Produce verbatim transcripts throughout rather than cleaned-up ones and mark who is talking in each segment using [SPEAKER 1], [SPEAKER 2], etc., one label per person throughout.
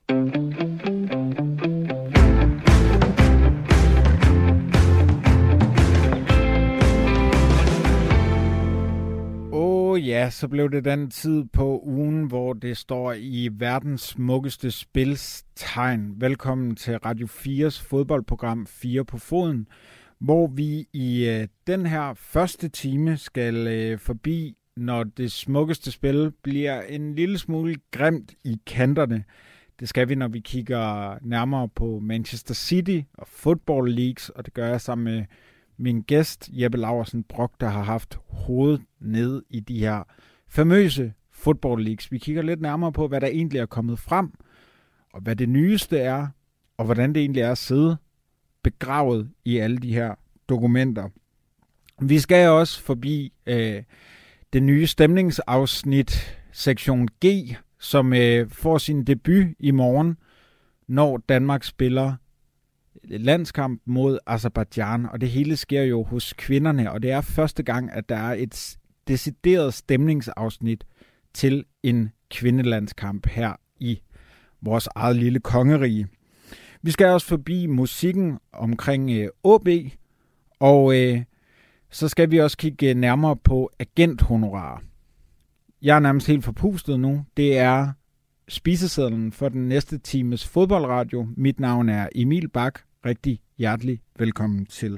[SPEAKER 1] Ja, så blev det den tid på ugen, hvor det står i verdens smukkeste spils tegn. Velkommen til Radio fires fodboldprogram fire på foden, hvor vi i øh, den her første time skal øh, forbi, når det smukkeste spil bliver en lille smule grimt i kanterne. Det skal vi, når vi kigger nærmere på Manchester City og Football Leagues, og det gør jeg sammen med min gæst, Jeppe Laursen Brock, der har haft hovedet nede i de her famøse Football Leagues. Vi kigger lidt nærmere på, hvad der egentlig er kommet frem, og hvad det nyeste er, og hvordan det egentlig er at sidde begravet i alle de her dokumenter. Vi skal også forbi øh, det nye stemningsafsnit, sektion G, som øh, får sin debut i morgen, når Danmark spiller landskamp mod Aserbajdsjan, og det hele sker jo hos kvinderne, og det er første gang, at der er et decideret stemningsafsnit til en kvindelandskamp her i vores eget lille kongerige. Vi skal også forbi musikken omkring øh, O B, og øh, så skal vi også kigge nærmere på agenthonorarer. Jeg er nærmest helt forpustet nu. Det er spisesedlen for den næste times fodboldradio. Mit navn er Emil Bak. Rigtig hjertelig velkommen til.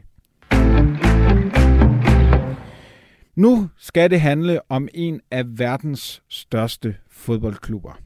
[SPEAKER 1] Nu skal det handle om en af verdens største fodboldklubber.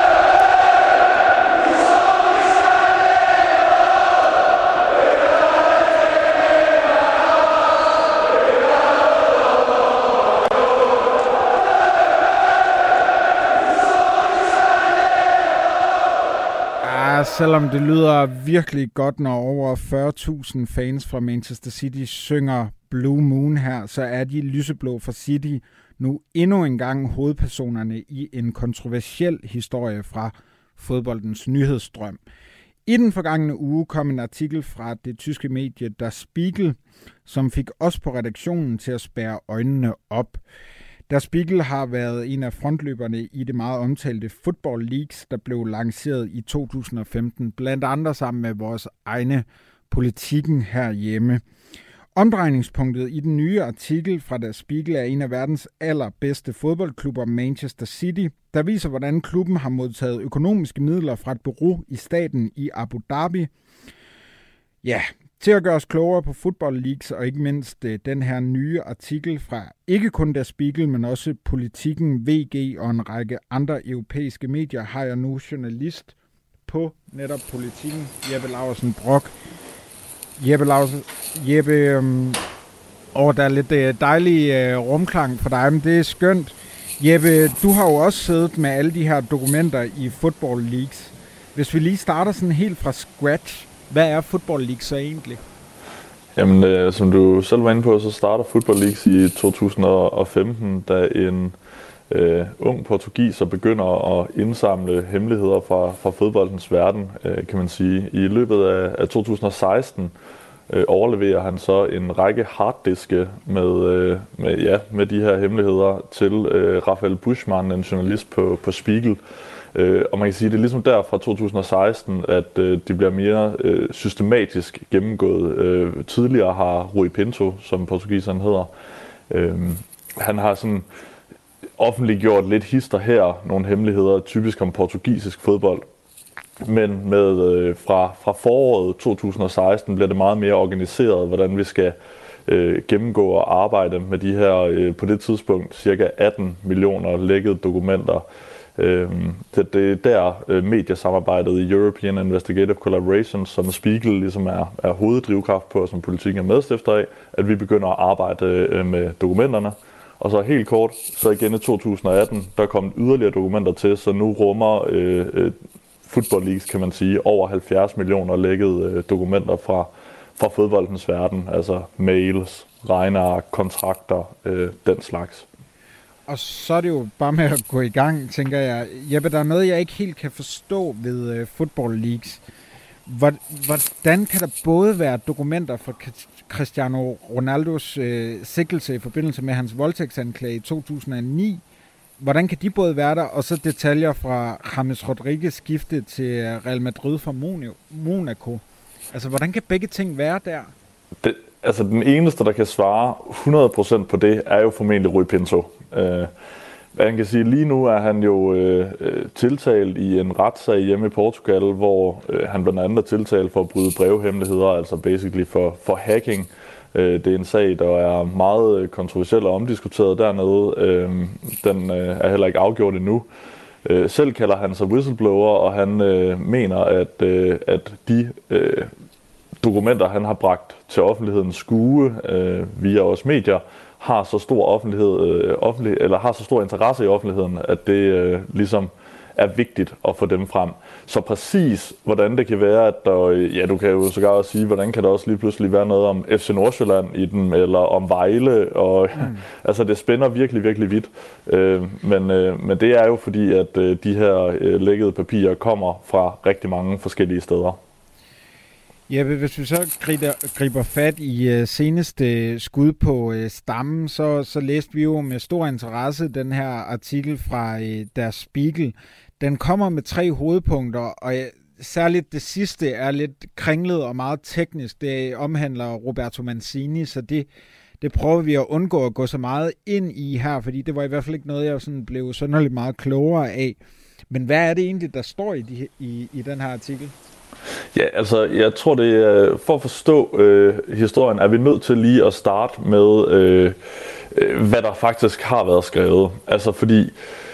[SPEAKER 1] Selvom det lyder virkelig godt, når over fyrre tusind fans fra Manchester City synger Blue Moon her, så er de lyseblå fra City nu endnu engang hovedpersonerne i en kontroversiel historie fra fodboldens nyhedsstrøm. I den forgangne uge kom en artikel fra det tyske medie Der Spiegel, som fik os på redaktionen til at spærre øjnene op. Der Spiegel har været en af frontløberne i det meget omtalte Football Leagues, der blev lanceret i to tusind og femten, blandt andet sammen med vores egne Politikken herhjemme. Omdrejningspunktet i den nye artikel fra Der Spiegel er en af verdens allerbedste fodboldklubber, Manchester City, der viser, hvordan klubben har modtaget økonomiske midler fra et bureau i staten i Abu Dhabi. Ja, til at gøre os klogere på Football Leagues, og ikke mindst øh, den her nye artikel fra ikke kun Der Spiegel, men også Politikken, V G og en række andre europæiske medier, har jeg nu journalist på netop Politikken, Jeppe Laursen Brock. Jeppe Laursen, Jeppe, øhm, og der er lidt øh, dejlig øh, rumklang for dig, men det er skønt. Jeppe, du har jo også siddet med alle de her dokumenter i Football Leagues. Hvis vi lige starter sådan helt fra scratch, hvad er Football League så egentlig?
[SPEAKER 2] Jamen, øh, som du selv var inde på, så starter Football League i to tusind og femten, da en øh, ung portugiser begynder at indsamle hemmeligheder fra, fra fodboldens verden, øh, kan man sige. I løbet af, af to tusind og seksten øh, overleverer han så en række harddiske med, øh, med, ja, med de her hemmeligheder til øh, Raphael Buschmann, en journalist på, på Spiegel. Øh, og man kan sige, at det er ligesom der fra to tusind og seksten, at øh, de bliver mere øh, systematisk gennemgået. Øh, tidligere har Rui Pinto, som portugiseren hedder, øh, han har sådan offentliggjort lidt hister her, nogle hemmeligheder, typisk om portugisisk fodbold. Men med, øh, fra, fra foråret to tusind og seksten bliver det meget mere organiseret, hvordan vi skal øh, gennemgå og arbejde med de her, øh, på det tidspunkt, cirka atten millioner lækkede dokumenter. Det, det er der øh, mediesamarbejdet i European Investigative Collaboration, som Spiegel ligesom er, er hoveddrivkraft på, og som Politikken er medstifter af, at vi begynder at arbejde øh, med dokumenterne. Og så helt kort, så igen i to tusind og atten, der kom yderligere dokumenter til, så nu rummer øh, øh, Football Leagues, kan man sige, over halvfjerds millioner lækkede øh, dokumenter fra, fra fodboldens verden, altså mails, regneark, kontrakter, øh, den slags.
[SPEAKER 1] Og så er det jo bare med at gå i gang, tænker jeg. Jeppe, der er noget, jeg ikke helt kan forstå ved uh, Football Leagues. Hvordan kan der både være dokumenter fra Cristiano Ronaldos uh, sikkelse i forbindelse med hans voldtægtsanklage i to tusind og ni, hvordan kan de både være der, og så detaljer fra James Rodriguez skifte til Real Madrid fra Monaco. Altså, hvordan kan begge ting være der?
[SPEAKER 2] Det, altså, den eneste, der kan svare hundrede procent på det, er jo formentlig Rui Pinto. Øh, Man kan sige, lige nu er han jo øh, tiltalt i en retssag hjemme i Portugal, hvor øh, han blandt andet er tiltalt for at bryde brevhemmeligheder, altså basically for, for hacking. Øh, det er en sag, der er meget kontroversiel og omdiskuteret dernede. Øh, den øh, er heller ikke afgjort endnu. Øh, selv kalder han sig whistleblower, og han øh, mener, at, øh, at de øh, dokumenter, han har bragt til offentlighedens skue øh, via os medier, har så stor offentlighed, øh, offentlig, eller har så stor interesse i offentligheden, at det øh, ligesom er vigtigt at få dem frem. Så præcis hvordan det kan være, at der, ja, du kan jo sågar også sige, hvordan kan der også lige pludselig være noget om F C Nordsjælland i den, eller om Vejle, og mm. altså det spænder virkelig, virkelig vidt. Øh, men, øh, men det er jo fordi, at øh, de her øh, lækkede papirer kommer fra rigtig mange forskellige steder.
[SPEAKER 1] Ja, hvis vi så griber, griber fat i uh, seneste skud på uh, stammen, så, så læste vi jo med stor interesse den her artikel fra uh, Der Spiegel. Den kommer med tre hovedpunkter, og uh, særligt det sidste er lidt kringlet og meget teknisk. Det omhandler Roberto Mancini, så det, det prøver vi at undgå at gå så meget ind i her, fordi det var i hvert fald ikke noget, jeg sådan blev synderligt meget klogere af. Men hvad er det egentlig, der står i, de, i, i den her artikel?
[SPEAKER 2] Ja, altså jeg tror det er, for at forstå øh, historien, er vi nødt til lige at starte med, øh, hvad der faktisk har været skrevet. Altså fordi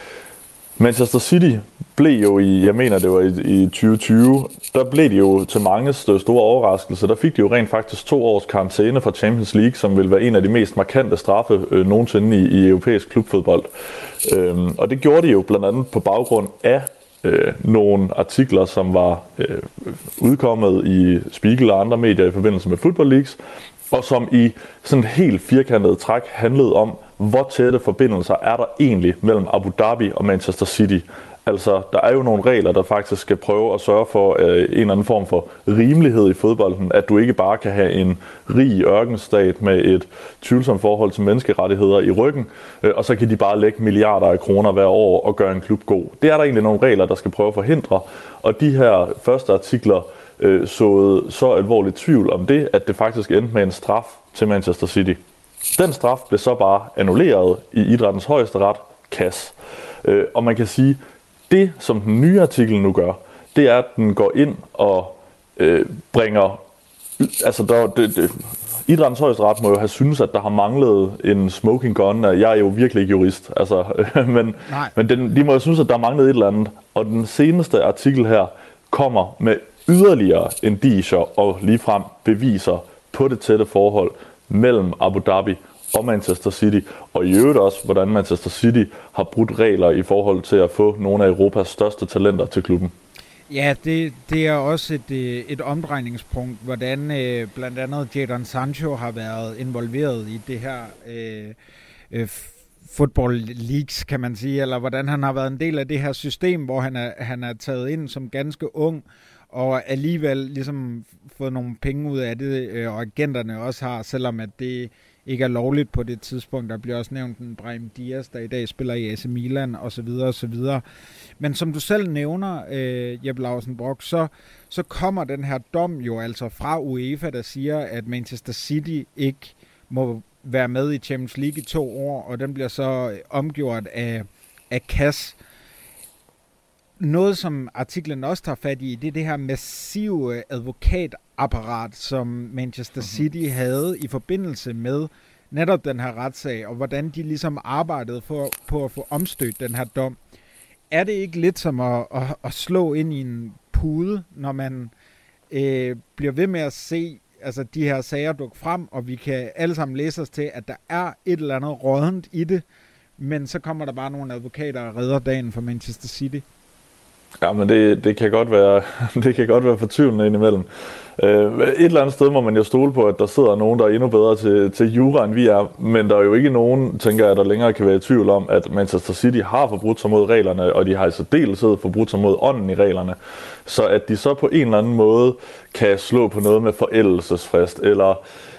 [SPEAKER 2] Manchester City blev jo i, jeg mener det var i, i tyve tyve, der blev de jo til mange store overraskelser. Der fik de jo rent faktisk to års karantæne fra Champions League, som vil være en af de mest markante straffe øh, nogensinde i, i europæisk klubfodbold. Øhm, og det gjorde de jo blandt andet på baggrund af Øh, nogle artikler, som var øh, udkommet i Spiegel og andre medier i forbindelse med Football Leagues, og som i sådan et helt firkantet træk handlede om, hvor tætte forbindelser er der egentlig mellem Abu Dhabi og Manchester City. Altså, der er jo nogle regler, der faktisk skal prøve at sørge for øh, en eller anden form for rimelighed i fodbolden, at du ikke bare kan have en rig ørkenstat med et tvivlsomt forhold til menneskerettigheder i ryggen, øh, og så kan de bare lægge milliarder af kroner hver år og gøre en klub god. Det er der egentlig nogle regler, der skal prøve at forhindre, og de her første artikler øh, såede så alvorligt tvivl om det, at det faktisk endte med en straf til Manchester City. Den straf blev så bare annulleret i idrættens højeste ret, C A S. Øh, og man kan sige, det, som den nye artikel nu gør, det er, at den går ind og øh, bringer... Altså, der, det, det, idrættens højesteret må jo have synes, at der har manglet en smoking gun. Jeg er jo virkelig ikke jurist, altså, øh, men, men den, de må jo synes, at der har manglet et eller andet. Og den seneste artikel her kommer med yderligere indicier og ligefrem beviser på det tætte forhold mellem Abu Dhabi og Manchester City, og i øvrigt også, hvordan Manchester City har brudt regler i forhold til at få nogle af Europas største talenter til klubben.
[SPEAKER 1] Ja, det, det er også et, et omdrejningspunkt, hvordan øh, blandt andet Jadon Sancho har været involveret i det her øh, øh, football leagues, kan man sige, eller hvordan han har været en del af det her system, hvor han er, han er taget ind som ganske ung, og alligevel ligesom fået nogle penge ud af det, øh, og agenterne også har, selvom at det ikke er lovligt på det tidspunkt. Der bliver også nævnt en Brahim Diaz, der i dag spiller i A C Milan, og så videre, og så videre. Men som du selv nævner, øh, Jeppe Lausen Brock, så, så kommer den her dom jo altså fra UEFA, der siger, at Manchester City ikke må være med i Champions League i to år, og den bliver så omgjort af, af C A S. Noget, som artiklen også tager fat i, det er det her massive advokatapparat, som Manchester City havde i forbindelse med netop den her retssag, og hvordan de ligesom arbejdede for, på at få omstødt den her dom. Er det ikke lidt som at, at, at slå ind i en pude, når man øh, bliver ved med at se altså, de her sager dukke frem, og vi kan alle sammen læse os til, at der er et eller andet rådent i det, men så kommer der bare nogle advokater og redder dagen for Manchester City?
[SPEAKER 2] Ja, men det, det kan godt være, det kan godt være fortvivlende indimellem. Øh, et eller andet sted må man jo stole på, at der sidder nogen, der er endnu bedre til, til jura, end vi er. Men der er jo ikke nogen, tænker jeg, der længere kan være i tvivl om, at Manchester City har forbrudt sig mod reglerne, og de har i særdeleshed forbrudt sig mod ånden i reglerne. Så at de så på en eller anden måde kan slå på noget med forældelsesfrist, eller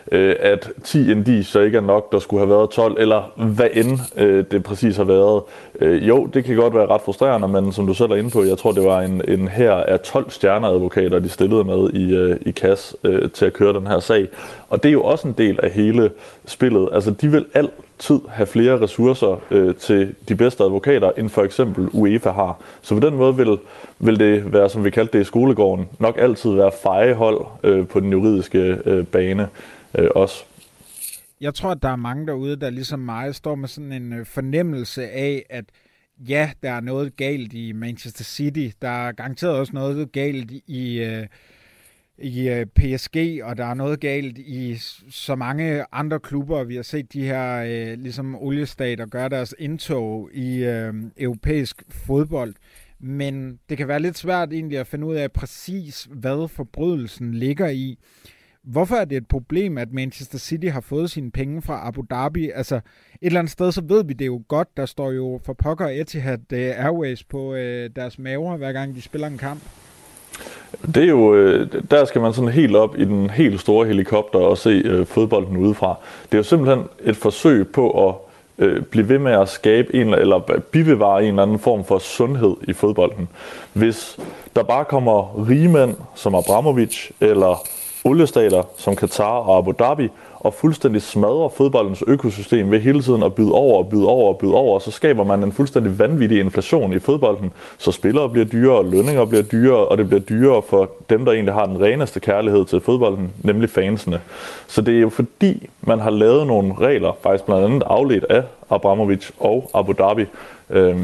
[SPEAKER 2] øh, at ti N D så ikke er nok, der skulle have været tolv, eller hvad end øh, det præcis har været. Øh, jo, det kan godt være ret frustrerende, men som du selv er inde på, jeg tror, det var en, en her af tolv stjerneadvokater, de stillede med i, øh, i C A S øh, til at køre den her sag. Og det er jo også en del af hele spillet. Altså, de vil altid have flere ressourcer øh, til de bedste advokater, end for eksempel UEFA har. Så på den måde vil, vil det være, som vi kaldte det i skolegården, nok altid være fejehold øh, på den juridiske øh, bane øh, også.
[SPEAKER 1] Jeg tror, at der er mange derude, der ligesom mig står med sådan en øh, fornemmelse af, at ja, der er noget galt i Manchester City. Der er garanteret også noget galt i... Øh, i P S G, og der er noget galt i så mange andre klubber. Vi har set de her øh, ligesom oliestater gøre deres indtog i øh, europæisk fodbold. Men det kan være lidt svært egentlig at finde ud af præcis, hvad forbrydelsen ligger i. Hvorfor er det et problem, at Manchester City har fået sine penge fra Abu Dhabi? Altså, et eller andet sted, så ved vi det jo godt. Der står jo for pokker Etihad Airways på øh, deres maver, hver gang de spiller en kamp.
[SPEAKER 2] Det er jo, der skal man sådan helt op i den helt store helikopter og se øh, fodbolden udefra. Det er jo simpelthen et forsøg på at øh, blive ved med at skabe en eller bibevare en eller anden form for sundhed i fodbolden. Hvis der bare kommer rige mænd som Abramovich eller oliestater som Katar og Abu Dhabi og fuldstændig smadrer fodboldens økosystem ved hele tiden at byde over og byde over og byde over, så skaber man en fuldstændig vanvittig inflation i fodbolden, så spillere bliver dyrere, lønninger bliver dyrere, og det bliver dyrere for dem, der egentlig har den reneste kærlighed til fodbolden, nemlig fansene. Så det er jo fordi, man har lavet nogle regler, faktisk blandt andet afledt af Abramovich og Abu Dhabi, øh,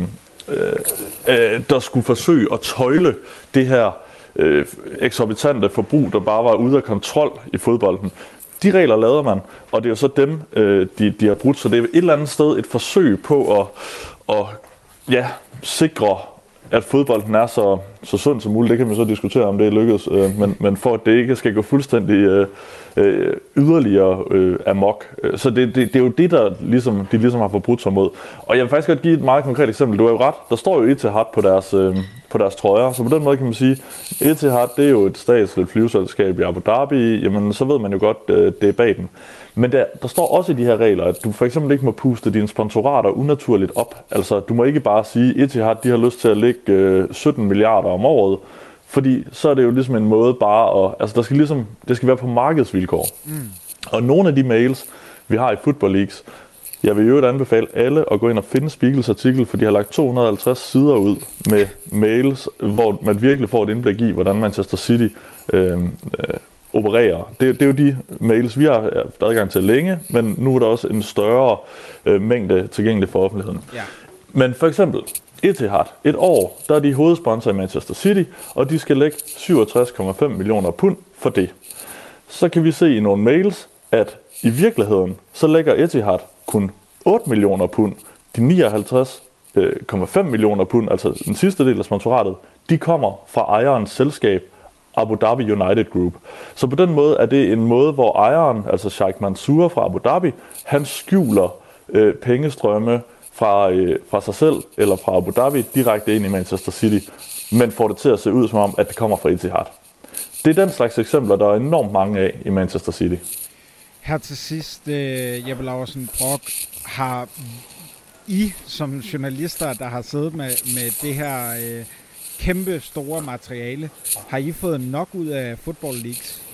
[SPEAKER 2] øh, der skulle forsøge at tøjle det her øh, eksorbitante forbrug, der bare var ude af kontrol i fodbolden. De regler lavede man, og det er jo så dem, øh, de, de har brudt. Så det er et eller andet sted et forsøg på at, at ja, sikre, at fodbolden er så, så sund som muligt. Det kan man så diskutere, om det er lykkedes. Øh, men, men for at det ikke skal gå fuldstændig øh, øh, yderligere øh, amok. Så det, det, det er jo det, der ligesom, de ligesom har forbrudt sig mod. Og jeg vil faktisk godt give et meget konkret eksempel. Du er jo ret. Der står jo Etihad på deres, øh, på deres trøjer. Så på den måde kan man sige, Etihad, det er jo et statsligt flyveselskab i Abu Dhabi. Jamen, så ved man jo godt, øh, det er bag den. Men der, der står også i de her regler, at du for eksempel ikke må puste dine sponsorater unaturligt op. Altså, du må ikke bare sige, at Etihad de har lyst til at lægge øh, sytten milliarder om året, fordi så er det jo ligesom en måde bare at... Altså, der skal ligesom, det skal være på markedsvilkår. Mm. Og nogle af de mails, vi har i Football Leagues, jeg vil jo anbefale alle at gå ind og finde Spiegels artikel, for de har lagt to hundrede og halvtreds sider ud med mails, hvor man virkelig får et indblik i, hvordan Manchester City øh, øh, opererer. Det, det er jo de mails, vi har haft adgang til længe, men nu er der også en større øh, mængde tilgængelig for offentligheden. Ja. Men for eksempel Etihad, et år, der er de hovedsponsor i Manchester City, og de skal lægge syvogtres komma fem millioner pund for det. Så kan vi se i nogle mails, at i virkeligheden, så lægger Etihad kun otte millioner pund. De nioghalvtreds komma fem millioner pund, altså den sidste del af sponsoratet, de kommer fra ejerens selskab, Abu Dhabi United Group. Så på den måde er det en måde, hvor ejeren, altså Sheikh Mansour fra Abu Dhabi, han skjuler øh, pengestrømme fra, øh, fra sig selv eller fra Abu Dhabi direkte ind i Manchester City, men får det til at se ud som om, at det kommer fra Etihad. Det er den slags eksempler, der er enormt mange af i Manchester City.
[SPEAKER 1] Her til sidst, øh, Jeppe Laursen Brock, har I som journalister, der har siddet med, med det her øh, kæmpe store materiale, har I fået nok ud af Football Leagues?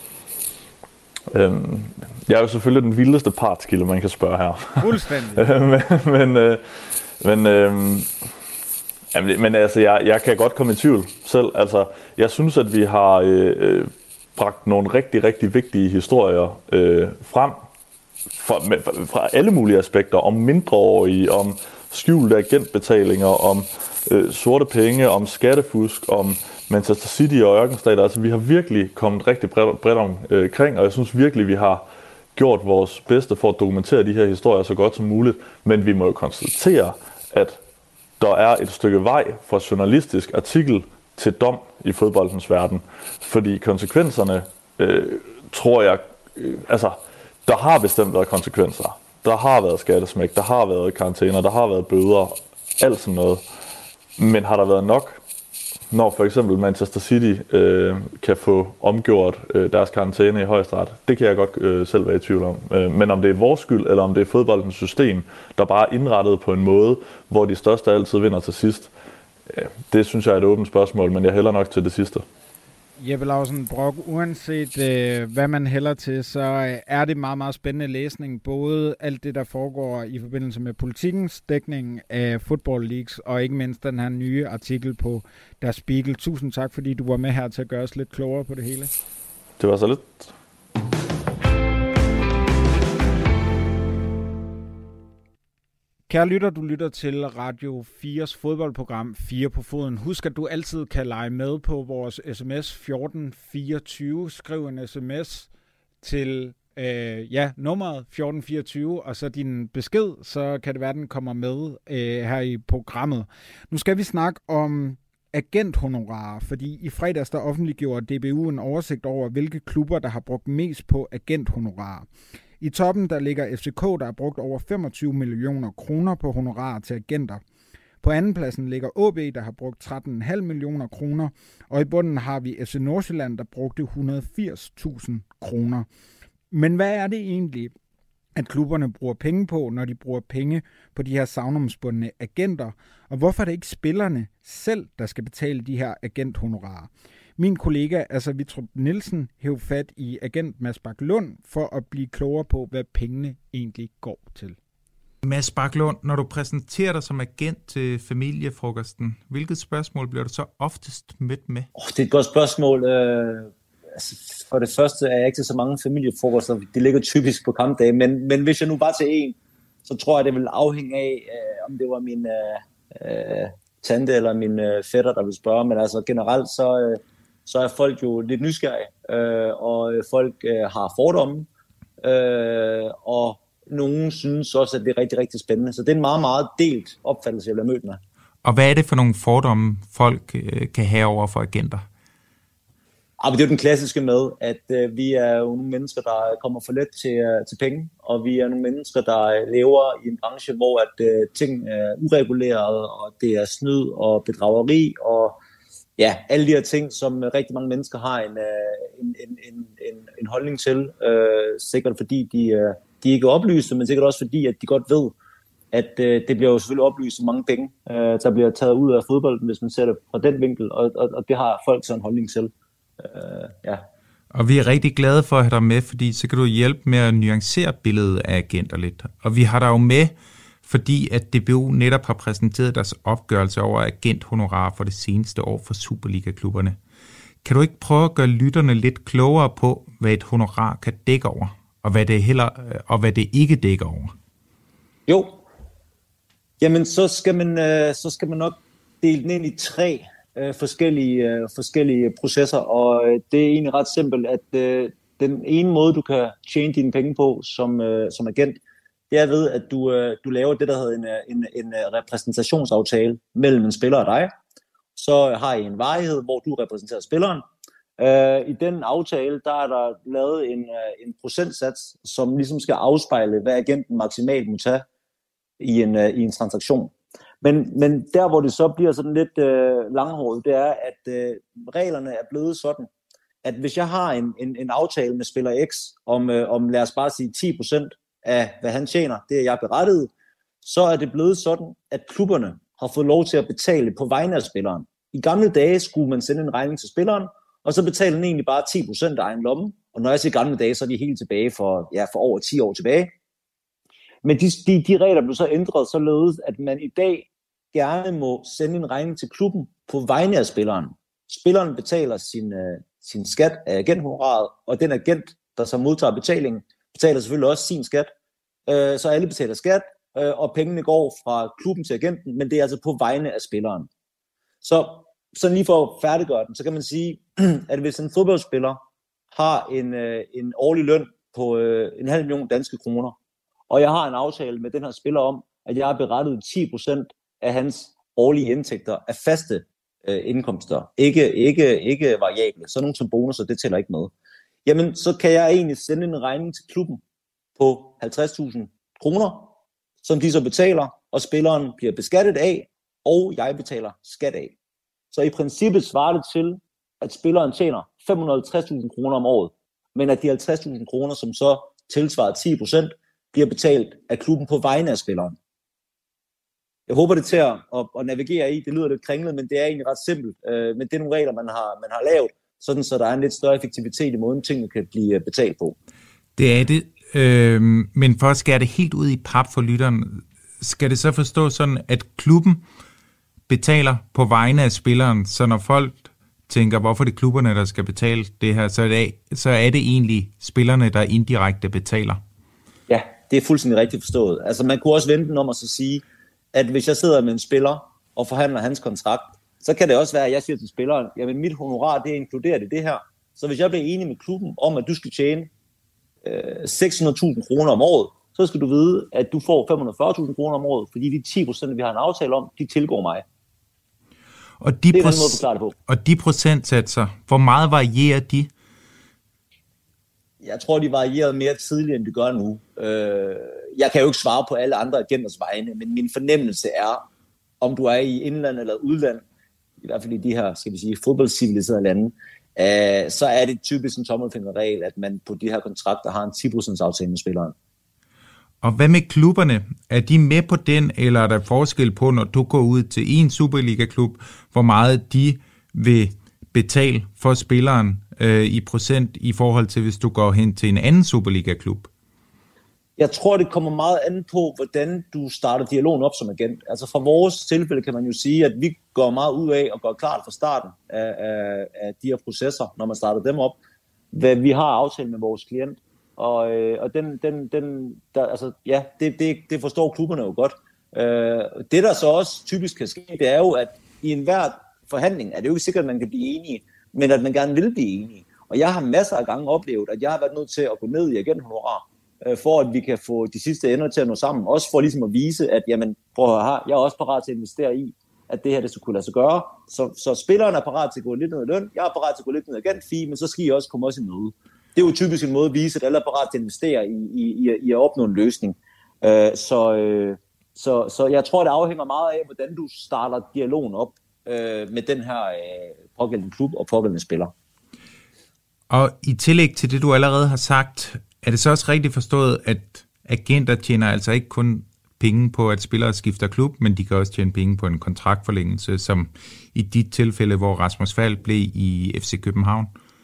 [SPEAKER 2] Øhm, jeg er jo selvfølgelig den vildeste partskilde, man kan spørge her.
[SPEAKER 1] Fuldstændig.
[SPEAKER 2] men men, øh, men, øh, jamen, men altså, jeg, jeg kan godt komme i tvivl selv. Altså, jeg synes, at vi har øh, bragt nogle rigtig, rigtig vigtige historier øh, frem fra, med, fra alle mulige aspekter. Om mindreårige, om skjulte agentbetalinger, om øh, sorte penge, om skattefusk, om Manchester City og ørkenstater. Altså, vi har virkelig kommet rigtig bredt, bredt omkring, øh, og jeg synes virkelig, vi har gjort vores bedste for at dokumentere de her historier så godt som muligt. Men vi må jo konstatere, at der er et stykke vej fra journalistisk artikel til dom i fodboldens verden. Fordi konsekvenserne, øh, tror jeg, øh, altså, der har bestemt været konsekvenser. Der har været skattesmæk, der har været karantæner, der har været bøder, alt sådan noget. Men har der været nok? når for eksempel Manchester City øh, kan få omgjort øh, deres karantæne i Højesteret, det kan jeg godt øh, selv være i tvivl om. Øh, men om det er vores skyld, eller om det er fodboldens system, der bare er indrettet på en måde, hvor de største altid vinder til sidst, øh, det synes jeg er et åbent spørgsmål, men jeg hælder nok til det sidste.
[SPEAKER 1] Jeppe Lausen Brock, uanset øh, hvad man hælder til, så øh, er det meget, meget spændende læsning. Både alt det, der foregår i forbindelse med Politikens dækning af Football Leagues, og ikke mindst den her nye artikel på Der Spiegel. Tusind tak, fordi du var med her til at gøre os lidt klogere på det hele.
[SPEAKER 2] Det var så lidt.
[SPEAKER 1] Kære lytter, du lytter til Radio fires fodboldprogram fire på foden. Husk, at du altid kan lege med på vores sms fjorten fireogtyve. Skriv en sms til øh, ja, nummeret fjorten fireogtyve, og så din besked, så kan det være, den kommer med øh, her i programmet. Nu skal vi snakke om agenthonorarer, fordi i fredags der offentliggjorde D B U en oversigt over, hvilke klubber, der har brugt mest på agenthonorarer. I toppen der ligger F C K, der har brugt over femogtyve millioner kroner på honorarer til agenter. På andenpladsen ligger A B, der har brugt tretten komma fem millioner kroner, og i bunden har vi F C Nordsjælland, der brugte et hundrede og firs tusind kroner. Men hvad er det egentlig, at klubberne bruger penge på, når de bruger penge på de her sagnomspundne agenter? Og hvorfor er det ikke spillerne selv, der skal betale de her agenthonorarer? Min kollega, altså Vitrup Nielsen, hæv fat i agent Mads Baklund for at blive klogere på, hvad pengene egentlig går til.
[SPEAKER 3] Mads Baklund, når du præsenterer dig som agent til familiefrokosten, hvilket spørgsmål bliver du så oftest mødt med?
[SPEAKER 4] Oh, det er et godt spørgsmål. Uh, altså, for det første er jeg ikke til så mange familiefrokoster. De ligger typisk på kampdage, men, men hvis jeg nu bare til en, så tror jeg, det vil afhænge af, uh, om det var min uh, uh, tante eller min uh, fætter, der vil spørge. Men altså generelt så... Uh, så er folk jo lidt nysgerrige, øh, og folk øh, har fordomme, øh, og nogen synes også, at det er rigtig, rigtig spændende. Så det er en meget, meget delt opfattelse, jeg bliver mødt med.
[SPEAKER 3] Og hvad er det for nogle fordomme, folk øh, kan have over for agenter?
[SPEAKER 4] Ja, det er jo den klassiske med, at øh, vi er jo nogle mennesker, der kommer for let til, øh, til penge, og vi er nogle mennesker, der lever i en branche, hvor at, øh, ting er ureguleret, og det er snyd og bedrageri, og ja, alle de her ting, som rigtig mange mennesker har en, en, en, en, en holdning til, øh, sikkert fordi de, de ikke er oplyste, men sikkert også fordi, at de godt ved, at øh, det bliver jo selvfølgelig oplyst så mange penge, øh, der bliver taget ud af fodbolden, hvis man ser det fra den vinkel, og, og, og det har folk så en holdning til. Øh, ja.
[SPEAKER 3] Og vi er rigtig glade for at have dig med, fordi så kan du hjælpe med at nuancere billedet af agenter lidt. Og vi har dig jo med, fordi at D B U netop har præsenteret deres opgørelse over agenthonorarer for det seneste år for Superliga-klubberne. Kan du ikke prøve at gøre lytterne lidt klogere på, hvad et honorar kan dække over, og hvad det, heller, og hvad det ikke dækker over?
[SPEAKER 4] Jo. Jamen, så skal man, så skal man nok dele den ind i tre forskellige, forskellige processer, og det er egentlig ret simpelt, at den ene måde, du kan tjene dine penge på som, som agent, det er ved, at du, du laver det, der hedder en, en, en repræsentationsaftale mellem en spiller og dig. Så har I en varighed, hvor du repræsenterer spilleren. Uh, I den aftale, der er der lavet en, en procentsats, som ligesom skal afspejle, hvad agenten maksimalt må tage i en, uh, i en transaktion. Men, men der, hvor det så bliver sådan lidt uh, langhåret, det er, at uh, reglerne er blevet sådan, at hvis jeg har en, en, en aftale med spiller X om, uh, om, lad os bare sige, ti procent af, hvad han tjener, det er jeg berettiget, så er det blevet sådan, at klubberne har fået lov til at betale på vegne af spilleren. I gamle dage skulle man sende en regning til spilleren, og så betaler den egentlig bare ti procent af egen lomme. Og når jeg siger gamle dage, så er de helt tilbage for, ja, for over ti år tilbage. Men de, de, de regler blev så ændret således, at man i dag gerne må sende en regning til klubben på vegne af spilleren. Spilleren betaler sin, uh, sin skat af agenthonoraret, og den agent, der så modtager betalingen, betaler selvfølgelig også sin skat. Uh, så alle betaler skat, uh, og pengene går fra klubben til agenten, men det er altså på vegne af spilleren. Så sådan lige for at færdiggøre den, så kan man sige, at hvis en fodboldspiller har en, øh, en årlig løn på øh, en halv million danske kroner, og jeg har en aftale med den her spiller om, at jeg har berettiget ti procent af hans årlige indtægter af faste øh, indkomster, ikke, ikke, ikke variable, sådan nogle som bonusser, det tæller ikke med. Jamen, så kan jeg egentlig sende en regning til klubben på halvtreds tusind kroner, som de så betaler, og spilleren bliver beskattet af, og jeg betaler skat af. Så i princippet svarer det til, at spilleren tjener fem hundrede og halvtreds tusind kroner om året, men at de halvtreds tusind kroner, som så tilsvarer ti procent, bliver betalt af klubben på vegne af spilleren. Jeg håber det til at, at, at navigere i. Det lyder lidt kringlet, men det er egentlig ret simpelt. Øh, men det er nogle regler, man har, man har lavet, sådan så der er en lidt større effektivitet i måden, tingene kan blive betalt på.
[SPEAKER 3] Det er det, øh, men for at skære det helt ud i pap for lytteren, skal det så forstå sådan, at klubben betaler på vegne af spilleren, så når folk tænker, hvorfor det er klubberne, der skal betale det her, så er det, så er det egentlig spillerne, der indirekte betaler?
[SPEAKER 4] Ja, det er fuldstændig rigtigt forstået. Altså man kunne også vente den om at så sige, at hvis jeg sidder med en spiller og forhandler hans kontrakt, så kan det også være, at jeg siger til spilleren, jamen mit honorar, det inkluderer det det her. Så hvis jeg bliver enig med klubben om, at du skal tjene øh, seks hundrede tusind kroner om året, så skal du vide, at du får fem hundrede og fyrre tusind kroner om året, fordi de ti procent, vi har en aftale om, de tilgår mig.
[SPEAKER 3] Og de,
[SPEAKER 4] det er
[SPEAKER 3] proc-
[SPEAKER 4] den måde at forklare det på.
[SPEAKER 3] Og de procentsatser, hvor meget varierer de?
[SPEAKER 4] Jeg tror, de varierer mere tidligere, end de gør nu. Øh, jeg kan jo ikke svare på alle andre agenters vegne, men min fornemmelse er, om du er i indland eller udland, i hvert fald i de her, skal vi sige, fodboldciviliserede lande, øh, så er det typisk en tommelfingerregel, at man på de her kontrakter har en ti procent aftale med spilleren.
[SPEAKER 3] Og hvad med klubberne? Er de med på den, eller er der forskel på, når du går ud til en Superliga-klub, hvor meget de vil betale for spilleren øh, i procent i forhold til, hvis du går hen til en anden Superliga-klub?
[SPEAKER 4] Jeg tror, det kommer meget an på, hvordan du starter dialogen op som agent. Altså fra vores tilfælde kan man jo sige, at vi går meget ud af og går klart fra starten af, af, af de her processer, når man starter dem op, hvad vi har aftalt med vores klient. Og, øh, og den, den, den der, altså, ja, det, det, det forstår klubberne jo godt. Øh, det, der så også typisk kan ske, det er jo, at i enhver forhandling er det jo ikke sikkert, at man kan blive enige, men at man gerne vil blive enige. Og jeg har masser af gange oplevet, at jeg har været nødt til at gå ned i agenthonorar, øh, for at vi kan få de sidste ender til at nå sammen. Også for ligesom at vise, at jamen, prøv at høre, jeg er også parat til at investere i, at det her det skulle kunne lade sig gøre. Så, så spilleren er parat til at gå lidt ned i løn, jeg er parat til at gå lidt ned i agentfee, men så skal I også komme også i møde. Det er jo typisk en måde at vise, at alle er parat til at investere i, i, i, i at opnå en løsning. Uh, så, uh, så, så jeg tror, det afhænger meget af, hvordan du starter dialogen op uh, med den her uh, pågældende klub og pågældende spiller.
[SPEAKER 3] Og i tillæg til det, du allerede har sagt, er det så også rigtigt forstået, at agenter tjener altså ikke kun penge på, at spillere skifter klub, men de kan også tjene penge på en kontraktforlængelse, som i dit tilfælde, hvor Rasmus Falk blev i F C København?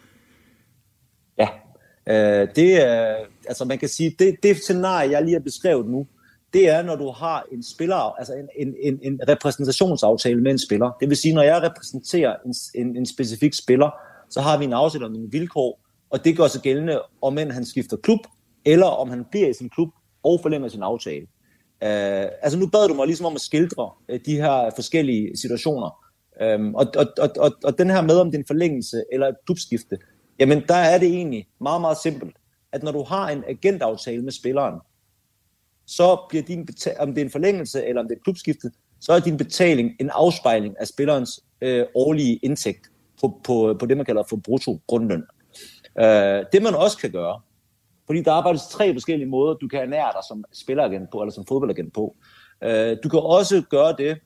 [SPEAKER 4] Ja, øh, det er, altså man kan sige, det, det scenarie, jeg lige har beskrevet nu, det er, når du har en spiller, altså en, en, en, en repræsentationsaftale med en spiller. Det vil sige, når jeg repræsenterer en, en, en specifik spiller, så har vi en aftale om nogle vilkår, og det gør sig gældende, om end han skifter klub, eller om han bliver i sin klub og forlænger sin aftale. Uh, altså nu bad du mig ligesom om at skildre uh, de her forskellige situationer. Um, og, og, og, og, og den her med, om det er en forlængelse eller et klubskifte, jamen der er det egentlig meget, meget simpelt, at når du har en agentaftale med spilleren, så bliver din beta- om det er en forlængelse eller om det er et klubskifte, så er din betaling en afspejling af spillerens øh, årlige indtægt på, på, på det, man kalder for brutto grundløn. Øh, det man også kan gøre, fordi der arbejdes tre forskellige måder, du kan ernære dig som spilleragent på, eller som fodboldagent på. Øh, du kan også gøre det,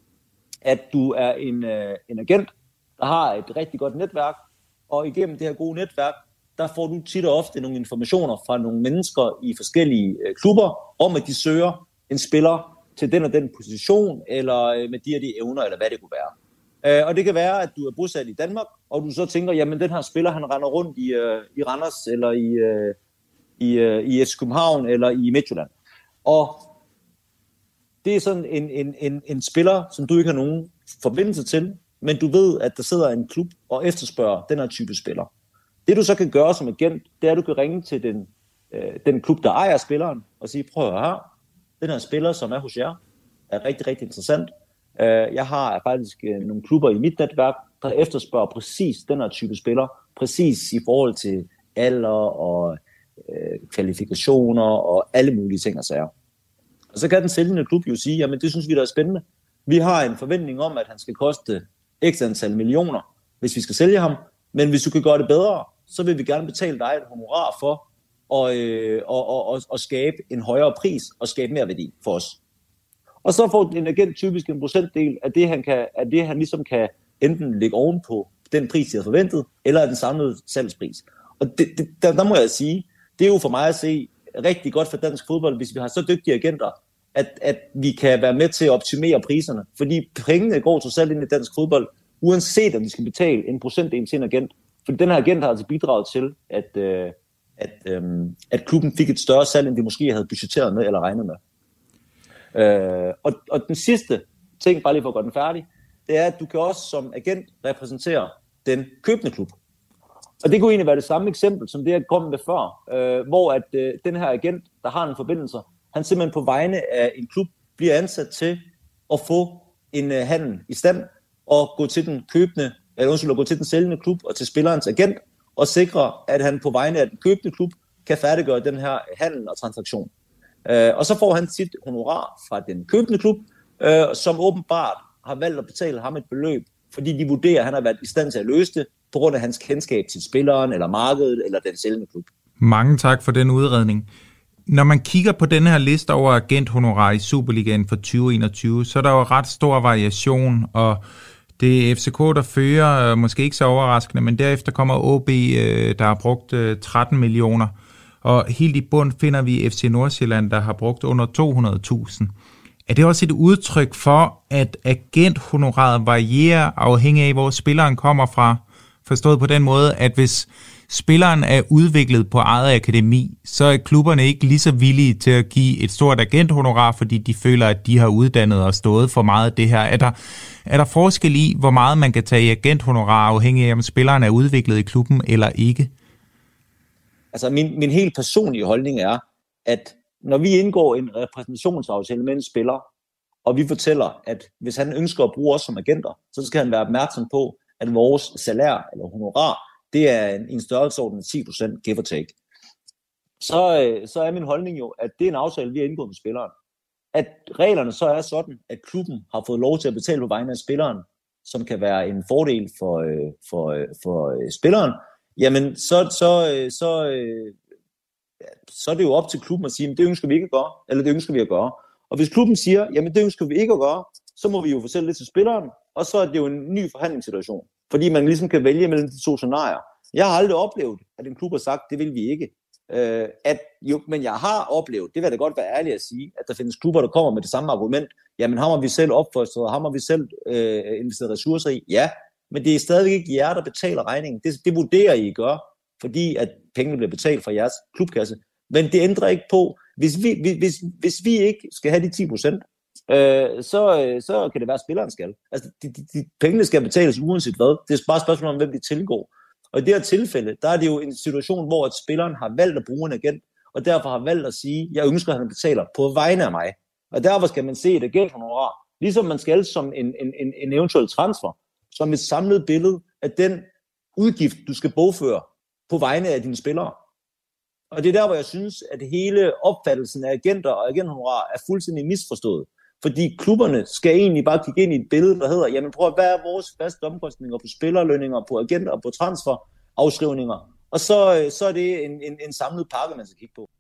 [SPEAKER 4] at du er en, øh, en agent, der har et rigtig godt netværk, og igennem det her gode netværk, der får du tit og ofte nogle informationer fra nogle mennesker i forskellige øh, klubber, om at de søger en spiller til den og den position, eller øh, med de og de evner, eller hvad det kunne være. Øh, og det kan være, at du er bosat i Danmark, og du så tænker, jamen den her spiller, han render rundt i, øh, i Randers, eller i, øh, i, øh, i F C København, eller i Midtjylland. Og det er sådan en, en, en, en spiller, som du ikke har nogen forbindelse til, men du ved, at der sidder en klub og efterspørger den her type spiller. Det du så kan gøre som agent, det er, at du kan ringe til den, øh, den klub, der ejer spilleren, og sige, prøv at høre, den her spiller, som er hos jer, er rigtig, rigtig interessant. Øh, jeg har faktisk øh, nogle klubber i mit netværk, der efterspørger præcis den her type spiller, præcis i forhold til alder og øh, kvalifikationer og alle mulige ting og sager. Og så kan den sælgende klub jo sige, jamen det synes vi, der er spændende. Vi har en forventning om, at han skal koste x antal millioner, hvis vi skal sælge ham. Men hvis du kan gøre det bedre, så vil vi gerne betale dig et honorar for at, øh, og, og, og, og skabe en højere pris og skabe mere værdi for os. Og så får en agent typisk en procentdel af det, han, kan, af det, han ligesom kan enten ligge ovenpå den pris, de havde forventet, eller den samlede salgspris. Og det, det, der, der må jeg sige, det er jo for mig at se rigtig godt for dansk fodbold, hvis vi har så dygtige agenter, at, at vi kan være med til at optimere priserne. Fordi pengene går trods alt ind i dansk fodbold, uanset om vi skal betale en procentdel til en agent. Fordi den her agent har altså bidraget til, at, øh, at, øh, at klubben fik et større salg, end de måske havde budgetteret med eller regnet med. Øh, og, og den sidste ting, bare lige for at gøre den færdig, det er, at du kan også som agent repræsentere den købende klub. Og det kunne egentlig være det samme eksempel, som det jeg kom med før, øh, hvor at øh, den her agent, der har en forbindelse, han simpelthen på vegne af en klub bliver ansat til at få en øh, handel i stand og gå til den købende, eller undskyld, gå til den sælgende klub og til spillerens agent og sikre, at han på vegne af den købende klub kan færdiggøre den her handel og transaktion. Øh, og så får han sit honorar fra den købende klub, øh, som åbenbart har valgt at betale ham et beløb, fordi de vurderer, at han har været i stand til at løse det, på grund af hans kendskab til spilleren, eller markedet, eller den sælgende klub.
[SPEAKER 3] Mange tak for den udredning. Når man kigger på den her liste over agenthonorar i Superligaen for tyve enogtyve, så er der jo ret stor variation, og det er F C K, der fører, måske ikke så overraskende, men derefter kommer O B, der har brugt tretten millioner, og helt i bund finder vi F C Nordsjælland, der har brugt under to hundrede tusind. Er det også et udtryk for, at agenthonoraret varierer afhængig af, hvor spilleren kommer fra? Forstået på den måde, at hvis spilleren er udviklet på eget akademi, så er klubberne ikke lige så villige til at give et stort agenthonorar, fordi de føler, at de har uddannet og stået for meget af det her. Er der, er der forskel i, hvor meget man kan tage i agenthonorar, afhængig af, om spilleren er udviklet i klubben eller ikke?
[SPEAKER 4] Altså min, min helt personlige holdning er, at når vi indgår en repræsentationsaftale med en spiller, og vi fortæller, at hvis han ønsker at bruge os som agenter, så skal han være opmærksom på, at vores salær eller honorar, det er en, en størrelsesorden af ti procent give or take. Så, så er min holdning jo, at det er en aftale, vi har indgået med spilleren. At reglerne så er sådan, at klubben har fået lov til at betale på vegne af spilleren, som kan være en fordel for, for, for spilleren, jamen så, så, så, så er det jo op til klubben at sige, at det ønsker vi ikke at gøre, eller det ønsker vi at gøre. Og hvis klubben siger, jamen det ønsker vi ikke at gøre, så må vi jo fortælle det til spilleren, og så er det jo en ny forhandlingssituation. Fordi man ligesom kan vælge mellem de to scenarier. Jeg har aldrig oplevet, at en klub har sagt, det vil vi ikke. Øh, at, jo, men jeg har oplevet, det vil jeg da godt være ærlig at sige, at der findes klubber, der kommer med det samme argument. Jamen ham har vi selv opfostret, ham har vi selv øh, investeret ressourcer i. Ja, men det er stadigvæk ikke jer, der betaler regningen. Det, det vurderer I gør, fordi at pengene bliver betalt fra jeres klubkasse. Men det ændrer ikke på, hvis vi, hvis, hvis vi ikke skal have de ti procent, øh, så, så kan det være, at spilleren skal. Altså, de, de, de pengene skal betales uanset hvad. Det er bare et spørgsmål om, hvem de tilgår. Og i det her tilfælde, der er det jo en situation, hvor at spilleren har valgt at bruge en agent, og derfor har valgt at sige, jeg ønsker, at han betaler på vegne af mig. Og derfor skal man se et agenthonorar, ligesom man skal som en, en, en, en eventuel transfer, som et samlet billede af den udgift, du skal bogføre på vegne af dine spillere. Og det er der, hvor jeg synes, at hele opfattelsen af agenter og agenthonorar er fuldstændig misforstået. Fordi klubberne skal egentlig bare kigge ind i et billede, der hedder, jamen prøv at hvad er vores faste omkostninger på spillerlønninger, på agenter og på transferafskrivninger. Og så, så er det en, en, en samlet pakke, man skal kigge på.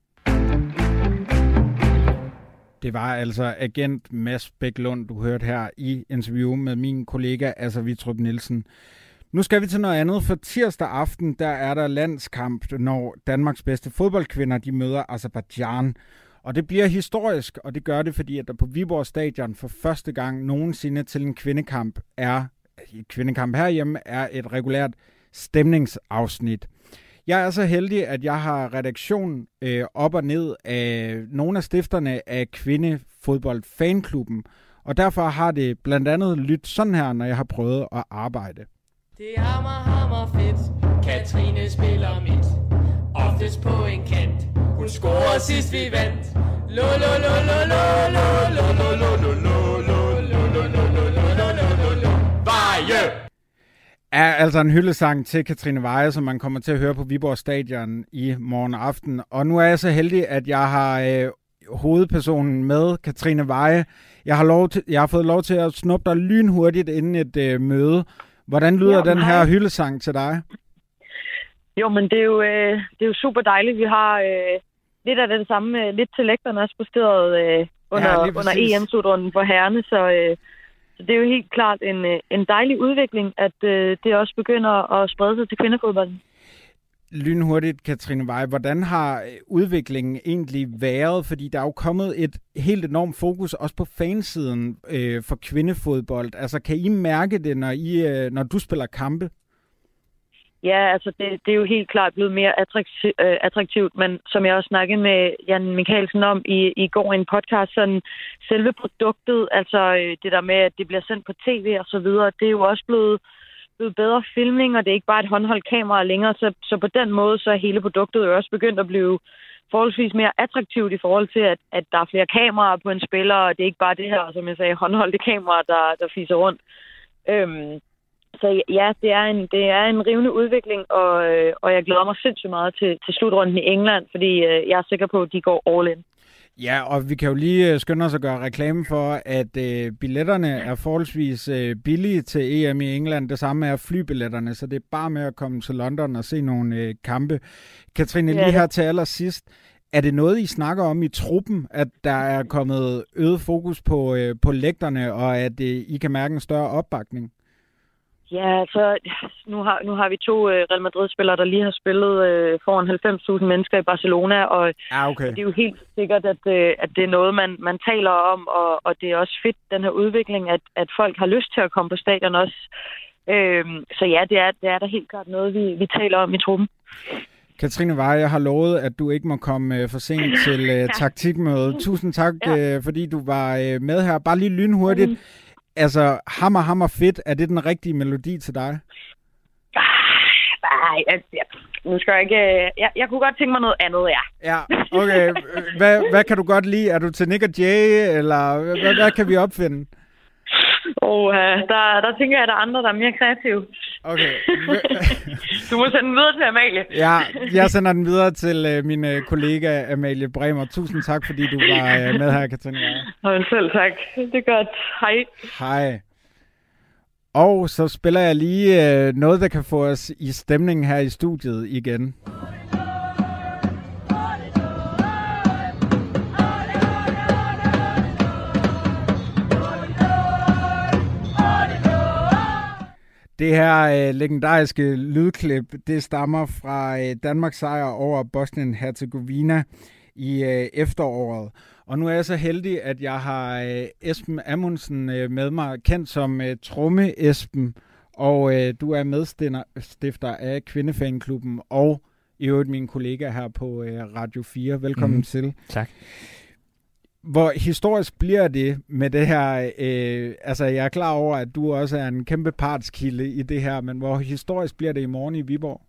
[SPEAKER 1] Det var altså agent Mads Bæklund, du hørte her i interview med min kollega Asser Vittrup Nielsen. Nu skal vi til noget andet, for tirsdag aften, der er der landskamp, når Danmarks bedste fodboldkvinder, de møder Aserbajdsjan. Og det bliver historisk, og det gør det, fordi at der på Viborg Stadion for første gang nogensinde til en kvindekamp er, en kvindekamp herhjemme, er et regulært stemningsafsnit. Jeg er så heldig, at jeg har redaktion øh, op og ned af nogle af stifterne af Kvindefodbold-fanklubben, og derfor har det blandt andet lyttet sådan her, når jeg har prøvet at arbejde.
[SPEAKER 5] Det er hammer, hammer fedt. Katrine spiller midt. Oftest på en kant. Hun scorer sidst vi vandt. Lo lo lo lo lo lo lo lo lo lo lo lo lo lo lo lo lo lo. Veje!
[SPEAKER 1] Er altså en hyldesang til Katrine Veje, som man kommer til at høre på Viborg Stadion i morgen aften. Og nu er jeg så heldig, at jeg har øh, hovedpersonen med, Katrine Veje. Jeg har, lov til, jeg har fået lov til at snuppe dig lynhurtigt inden et øh, møde. Hvordan lyder jo, den her hyldesang til dig?
[SPEAKER 6] Jo, men det er jo, øh, det er jo super dejligt. Vi har øh, lidt af den samme, øh, lidt til lægterne også posteret øh, under, ja, under E M-slutrunden for herrene, så, øh, Så det er jo helt klart en, en dejlig udvikling, at øh, det også begynder at sprede sig til kvindefodbolden.
[SPEAKER 1] Lynhurtigt, Katrine Vej, hvordan har udviklingen egentlig været? Fordi der er jo kommet et helt enormt fokus også på fansiden øh, for kvindefodbold. Altså, kan I mærke det, når, I, øh, når du spiller kampe?
[SPEAKER 6] Ja, altså det, det er jo helt klart blevet mere attraktiv, øh, attraktivt, men som jeg også snakkede med Jan Mikkelsen om i, i går i en podcast, sådan selve produktet, altså øh, det der med, at det bliver sendt på tv og så videre, det er jo også blevet, blevet bedre filmning, og det er ikke bare et håndholdt kamera længere, så, så på den måde så er hele produktet jo også begyndt at blive forholdsvis mere attraktivt i forhold til, at, at der er flere kameraer på en spiller, og det er ikke bare det her, som jeg sagde, håndholdte kamera, der, der fiser rundt. Øhm, Så ja, det er en, det er en rivende udvikling, og, og jeg glæder mig sindssygt meget til, til slutrunden i England, fordi jeg er sikker på, at de går all in.
[SPEAKER 1] Ja, og vi kan jo lige skynde os at gøre reklame for, at øh, billetterne er forholdsvis øh, billige til E M i England. Det samme er flybilletterne, så det er bare med at komme til London og se nogle øh, kampe. Katrine, lige her til allersidst. Er det noget, I snakker om i truppen, at der er kommet øget fokus på, øh, på lægterne, og at øh, I kan mærke en større opbakning?
[SPEAKER 6] Ja, så nu har, nu har vi to øh, Real Madrid-spillere, der lige har spillet øh, foran halvfems tusind mennesker i Barcelona, og
[SPEAKER 1] ah, okay.
[SPEAKER 6] det er jo helt sikkert, at, øh, at det er noget, man, man taler om, og, og det er også fedt, den her udvikling, at, at folk har lyst til at komme på stadion også. Øh, så ja, det er, det er da helt klart noget, vi, vi taler om i truppen.
[SPEAKER 1] Katrine Vej, jeg har lovet, at du ikke må komme uh, for sent til uh, taktikmødet. Tusind tak, ja. uh, fordi du var uh, med her. Bare lige lynhurtigt. Mm. Altså, hammer, hammer fedt. Er det den rigtige melodi til dig?
[SPEAKER 6] Nej, jeg, jeg, nu skal jeg ikke... Jeg, jeg kunne godt tænke mig noget andet, ja.
[SPEAKER 1] Ja, okay. Hvad, hvad kan du godt lide? Er du til Nick og Jay, eller hvad, hvad kan vi opfinde?
[SPEAKER 6] Og uh, der, der tænker jeg, at der er andre, der er mere kreative.
[SPEAKER 1] Okay.
[SPEAKER 6] Du må sende den videre til Amalie.
[SPEAKER 1] Ja, jeg sender den videre til uh, min uh, kollega Amalie Bremer. Tusind tak, fordi du var uh, med her, Katrine.
[SPEAKER 6] Og selv tak. Det er godt. Hej.
[SPEAKER 1] Hej. Og så spiller jeg lige uh, noget, der kan få os i stemningen her i studiet igen. Det her øh, legendariske lydklip, det stammer fra øh, Danmarks sejr over Bosnien-Herzegovina i øh, efteråret. Og nu er jeg så heldig, at jeg har øh, Esben Amundsen øh, med mig, kendt som øh, Tromme Esben. Og øh, du er medstifter af Kvindefanklubben og i øvrigt min kollega her på øh, Radio fire. Velkommen mm. til.
[SPEAKER 7] Tak.
[SPEAKER 1] Hvor historisk bliver det med det her, øh, altså jeg er klar over, at du også er en kæmpe partskilde i det her, men hvor historisk bliver det i morgen i Viborg?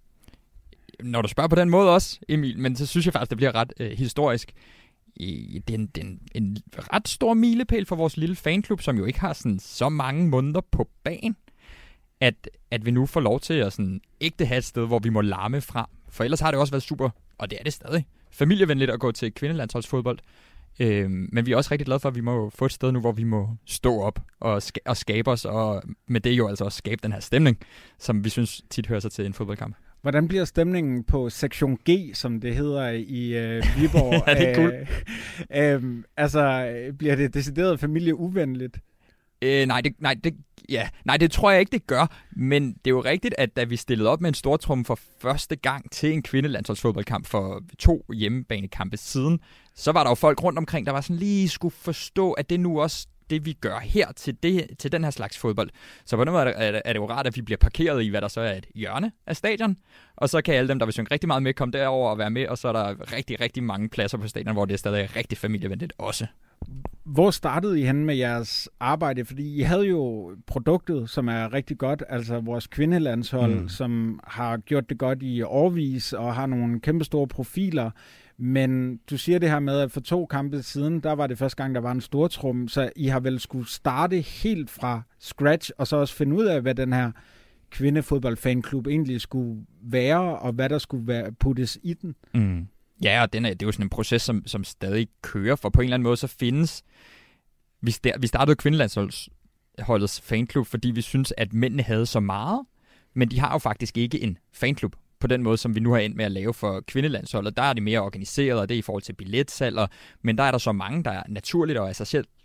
[SPEAKER 7] Når du spørger på den måde også, Emil, men så synes jeg faktisk, det bliver ret øh, historisk. I, det er en, en, en ret stor milepæl for vores lille fanklub, som jo ikke har sådan, så mange måneder på banen, at, at vi nu får lov til at sådan, ægte have et sted, hvor vi må larme fra. For ellers har det også været super, og det er det stadig, familievenligt at gå til kvindelandsholdsfodbold. Øhm, men vi er også rigtig glade for, at vi må få et sted nu, hvor vi må stå op og, ska- og skabe os, og med det jo altså også skabe den her stemning, som vi synes tit hører sig til en fodboldkamp.
[SPEAKER 1] Hvordan bliver stemningen på sektion G, som det hedder i øh, Viborg?
[SPEAKER 7] Ja, det er cool.
[SPEAKER 1] øh, øh, altså, bliver det decideret familieuvenligt?
[SPEAKER 7] Øh, nej, det, nej, det, ja, nej, det tror jeg ikke, det gør. Men det er jo rigtigt, at da vi stillede op med en stortrumme for første gang til en kvindelandsholdsfodboldkamp for to hjemmebanekampe siden, så var der jo folk rundt omkring, der var sådan lige skulle forstå, at det nu også det, vi gør her til, det, til den her slags fodbold. Så på den måde er det, er det jo rart, at vi bliver parkeret i, hvad der så er et hjørne af stadion. Og så kan alle dem, der vil synge rigtig meget med, komme derover og være med. Og så er der rigtig, rigtig mange pladser på stadion, hvor det er stadig rigtig familievenligt også.
[SPEAKER 1] Hvor startede I hen med jeres arbejde? Fordi I havde jo produktet, som er rigtig godt, altså vores kvindelandshold, mm. som har gjort det godt i årevis og har nogle kæmpe store profiler. Men du siger det her med, at for to kampe siden, der var det første gang, der var en stortrum, så I har vel skulle starte helt fra scratch, og så også finde ud af, hvad den her kvindefodboldfanklub egentlig skulle være, og hvad der skulle være puttes i den.
[SPEAKER 7] Mm. Ja, og den er, det er jo sådan en proces, som, som stadig kører, for på en eller anden måde så findes... Vi, st- vi startede kvindelandsholdets fanklub, fordi vi synes, at mændene havde så meget, men de har jo faktisk ikke en fanklub på den måde, som vi nu har endt med at lave for kvindelandsholdet. Der er det mere organiseret, og det er i forhold til billetsalg, men der er der så mange, der naturligt og af sig selv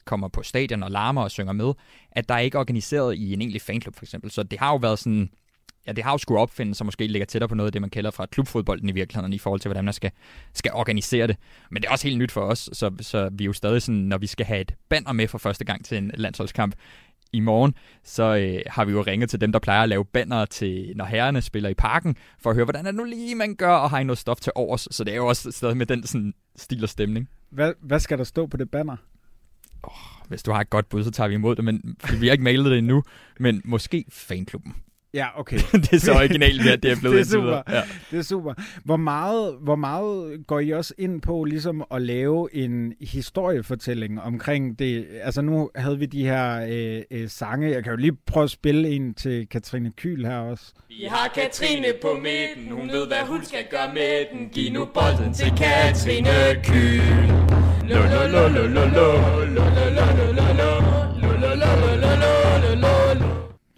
[SPEAKER 7] kommer på stadion og larmer og synger med, at der er ikke organiseret i en egentlig fanklub for eksempel. Så det har jo været sådan, ja, det har jo skulle opfinde, så måske ligger tættere på noget af det, man kalder fra klubfodbolden i virkeligheden, i forhold til, hvordan man skal, skal organisere det. Men det er også helt nyt for os, så, så vi er jo stadig sådan, når vi skal have et banner med for første gang til en landsholdskamp i morgen, så øh, har vi jo ringet til dem, der plejer at lave banner til, når herrerne spiller i Parken, for at høre, hvordan er det nu lige, man gør, og har I noget stof til overs. Så det er jo også stadig med den sådan, stil og stemning.
[SPEAKER 1] Hvad, hvad skal der stå på det banner?
[SPEAKER 7] Oh, hvis du har et godt bud, så tager vi imod det, men vi har ikke mailet det endnu, men måske fanklubben.
[SPEAKER 1] Ja, okay.
[SPEAKER 7] Det er så originalt, at det er blevet
[SPEAKER 1] det er super.
[SPEAKER 7] Ja.
[SPEAKER 1] Det er super. Hvor meget, hvor meget går I også ind på ligesom at lave en historiefortælling omkring det? Altså nu havde vi de her øh, øh, sange. Jeg kan jo lige prøve at spille en til Katrine Kyhl her også.
[SPEAKER 5] Vi har Katrine på midten. Hun ved, hvad hun skal gøre med den. Giv nu bolden til Katrine Kyhl. Lo lo lo lo lo lo lo lo lo lo lo lo lo.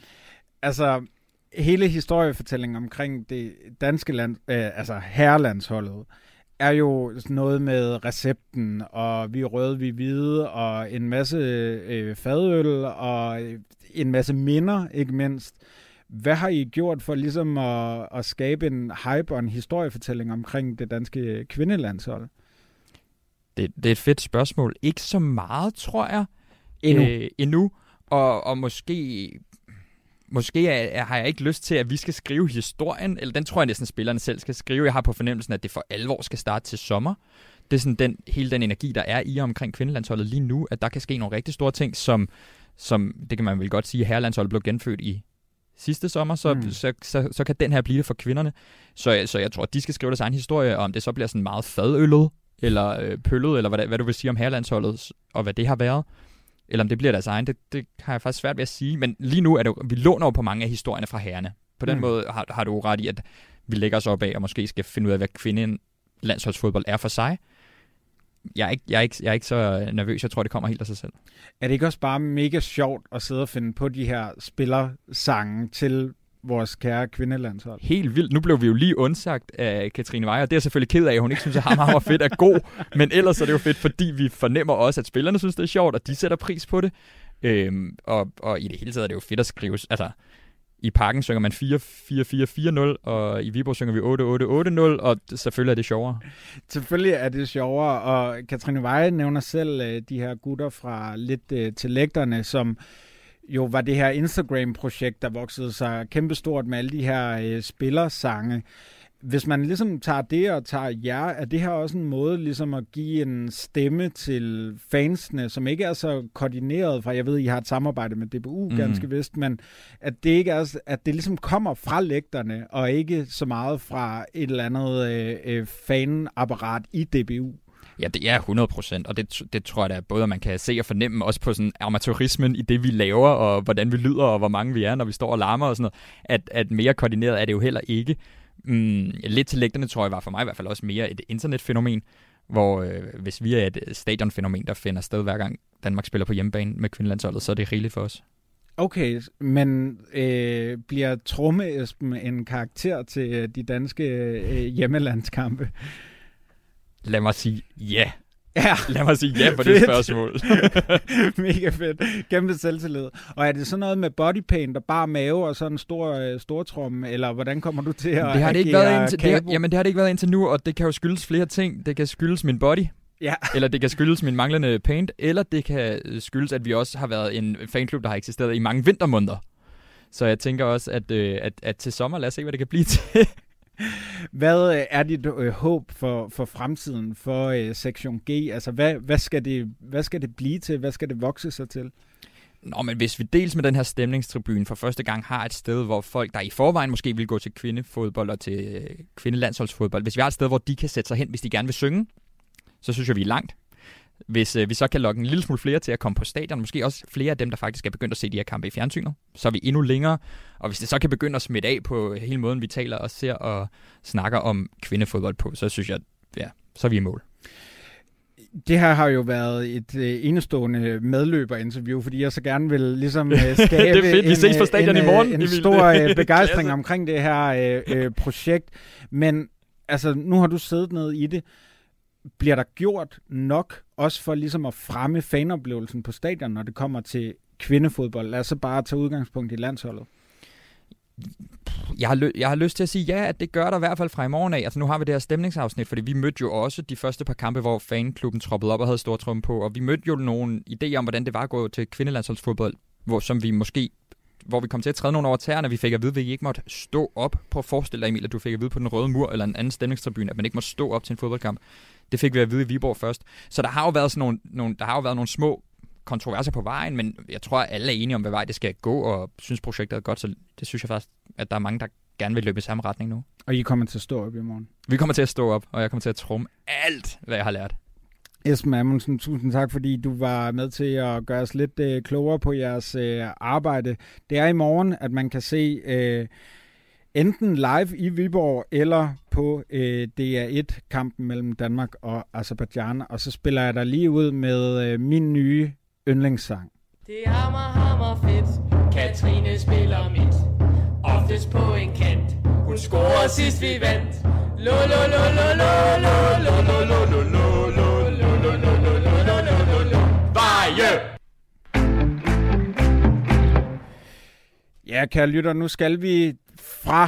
[SPEAKER 1] Altså hele historiefortællingen omkring det danske land, øh, altså herrelandsholdet, er jo noget med recepten, og vi er røde, vi er hvide, og en masse øh, fadøl, og en masse minder, ikke mindst. Hvad har I gjort for ligesom at, at skabe en hype og en historiefortælling omkring det danske kvindelandshold?
[SPEAKER 7] Det, det er et fedt spørgsmål. Ikke så meget, tror jeg.
[SPEAKER 1] Endnu.
[SPEAKER 7] Øh, endnu. Og, og måske... Måske er, er, har jeg ikke lyst til, at vi skal skrive historien, eller den tror jeg næsten, spillerne selv skal skrive. Jeg har på fornemmelsen, at det for alvor skal starte til sommer. Det er sådan den, hele den energi, der er i og omkring kvindelandsholdet lige nu, at der kan ske nogle rigtig store ting, som, som det kan man vel godt sige, herrelandsholdet blev genfødt i sidste sommer, så, mm. så, så, så kan den her blive det for kvinderne. Så, så jeg tror, at de skal skrive deres egen historie, og om det så bliver sådan meget fadøllet, eller øh, pøllet, eller hvad, hvad du vil sige om herrelandsholdet, og hvad det har været. Eller om det bliver deres egen, det, det har jeg faktisk svært ved at sige. Men lige nu er det jo, vi låner jo på mange af historierne fra herrerne. På den mm. måde har, har du ret i, at vi lægger os op af, og måske skal finde ud af, hvad kvinden landsholdsfodbold er for sig. Jeg er, ikke, jeg, er ikke, jeg er ikke så nervøs, jeg tror, det kommer helt af sig selv.
[SPEAKER 1] Er det ikke også bare mega sjovt at sidde og finde på de her spillersange til vores kære kvindelandshold?
[SPEAKER 7] Helt vildt. Nu blev vi jo lige undsagt af Katrine Weyer. Det er jeg selvfølgelig ked af, at hun ikke synes, at ham var fedt er god. Men ellers er det jo fedt, fordi vi fornemmer også, at spillerne synes, det er sjovt, og de sætter pris på det. Øhm, og, og i det hele taget er det jo fedt at skrive. Altså, i Parken synger man fire fire fire fire nul, og i Viborg synger vi otte otte otte nul, og selvfølgelig er det sjovere.
[SPEAKER 1] Selvfølgelig er det sjovere, og Katrine Weyer nævner selv de her gutter fra Lidt uh, til Lægterne, som jo var det her Instagram-projekt, der voksede sig kæmpestort med alle de her øh, spillersange. Hvis man ligesom tager det og tager jer, er det her også en måde ligesom at give en stemme til fansene, som ikke er så koordineret fra, jeg ved, I har et samarbejde med D B U mm. ganske vist, men at det ikke er, at det ligesom kommer fra lægterne, og ikke så meget fra et eller andet øh, øh, fanapparat i D B U.
[SPEAKER 7] Ja, det er hundrede procent, og det, det tror jeg da både, at man kan se og fornemme også på sådan amatørismen i det, vi laver, og hvordan vi lyder, og hvor mange vi er, når vi står og larmer og sådan noget, at, at mere koordineret er det jo heller ikke. Mm, lidt til lægterne, tror jeg, var for mig i hvert fald også mere et internetfænomen, hvor øh, hvis vi er et stadionfænomen, der finder sted hver gang Danmark spiller på hjemmebane med kvindelandsholdet, så er det rigeligt for os.
[SPEAKER 1] Okay, men øh, bliver Tromme-Esben en karakter til de danske øh, hjemmelandskampe?
[SPEAKER 7] Lad mig sige ja.
[SPEAKER 1] Ja.
[SPEAKER 7] Lad mig sige ja på det spørgsmål.
[SPEAKER 1] Mega fedt. Kæmpe selvtillid. Og er det sådan noget med bodypaint og bare mave og sådan en stor stortromme, eller hvordan kommer du til at
[SPEAKER 7] det har det ikke været indtil, det har, Jamen det har det ikke været indtil nu, og det kan jo skyldes flere ting. Det kan skyldes min body,
[SPEAKER 1] ja.
[SPEAKER 7] Eller det kan skyldes min manglende paint, eller det kan skyldes, at vi også har været en fanklub, der har eksisteret i mange vintermåneder. Så jeg tænker også, at, at, at til sommer, lad os se, hvad det kan blive til.
[SPEAKER 1] Hvad er dit øh, håb for, for fremtiden for øh, sektion G? Altså, hvad, hvad, skal det, hvad skal det blive til? Hvad skal det vokse sig til?
[SPEAKER 7] Nå, men hvis vi dels med den her stemningstribune for første gang har et sted, hvor folk, der i forvejen måske vil gå til kvindefodbold og til øh, kvindelandsholdsfodbold, hvis vi har et sted, hvor de kan sætte sig hen, hvis de gerne vil synge, så synes jeg, vi er langt. Hvis øh, vi så kan lokke en lille smule flere til at komme på stadion, måske også flere af dem, der faktisk er begyndt at se de her kampe i fjernsynet, så er vi endnu længere. Og hvis det så kan begynde at smitte af på hele måden, vi taler og ser og snakker om kvindefodbold på, så synes jeg, ja, så er vi i mål.
[SPEAKER 1] Det her har jo været et øh, enestående medløberinterview, fordi jeg så gerne vil ligesom øh, skabe
[SPEAKER 7] det er fedt, vi ses på stadion
[SPEAKER 1] en,
[SPEAKER 7] i morgen,
[SPEAKER 1] en, en stor øh, begejstring omkring det her øh, øh, projekt. Men altså, nu har du siddet ned i det. bliver der gjort nok, også for ligesom at fremme fanoplevelsen på stadion, når det kommer til kvindefodbold? Lad os så bare tage udgangspunkt i landsholdet.
[SPEAKER 7] Jeg har, lø- jeg har lyst til at sige ja, at det gør der i hvert fald fra i morgen af. Altså nu har vi det her stemningsafsnit, fordi vi mødte jo også de første par kampe, hvor fanklubben troppede op og havde stor trum på, og vi mødte jo nogle idéer om, hvordan det var at gå til kvindelandsholdsfodbold, hvor, som vi måske, hvor vi kom til at træde nogle over tæerne, vi fik at vide, at vi ikke måtte stå op. Prøv at forestille dig, Emil, at du fik at vide på den røde mur eller en anden stemningstribune, at man ikke må stå op til en fodboldkamp. Det fik vi at vide i Viborg først. Så der har jo været sådan nogle, nogle, der har jo været nogle små kontroverser på vejen, men jeg tror, at alle er enige om, hvad vej det skal gå, og synes projektet er godt, så det synes jeg faktisk, at der er mange, der gerne vil løbe i samme retning nu.
[SPEAKER 1] Og I kommer til at stå op i morgen?
[SPEAKER 7] Vi kommer til at stå op, og jeg kommer til at trumme alt, hvad jeg har lært.
[SPEAKER 1] Esben Amundsen, tusind tak, fordi du var med til at gøre os lidt øh, klogere på jeres øh, arbejde. Det er i morgen, at man kan se øh, enten live i Viborg eller på øh, D R et-kampen mellem Danmark og Aserbajdsjan. Og så spiller jeg dig lige ud med øh, min nye yndlingssang.
[SPEAKER 5] Det er hammer, hammer fedt. Katrine spiller midt. Oftest på en kant. Hun scorer sidst vi vandt. Lo lo lo lo lo lo lo lo lo lo lo lo lo lo lo lo lo. Veje!
[SPEAKER 1] Ja, kære lytter, nu skal vi fra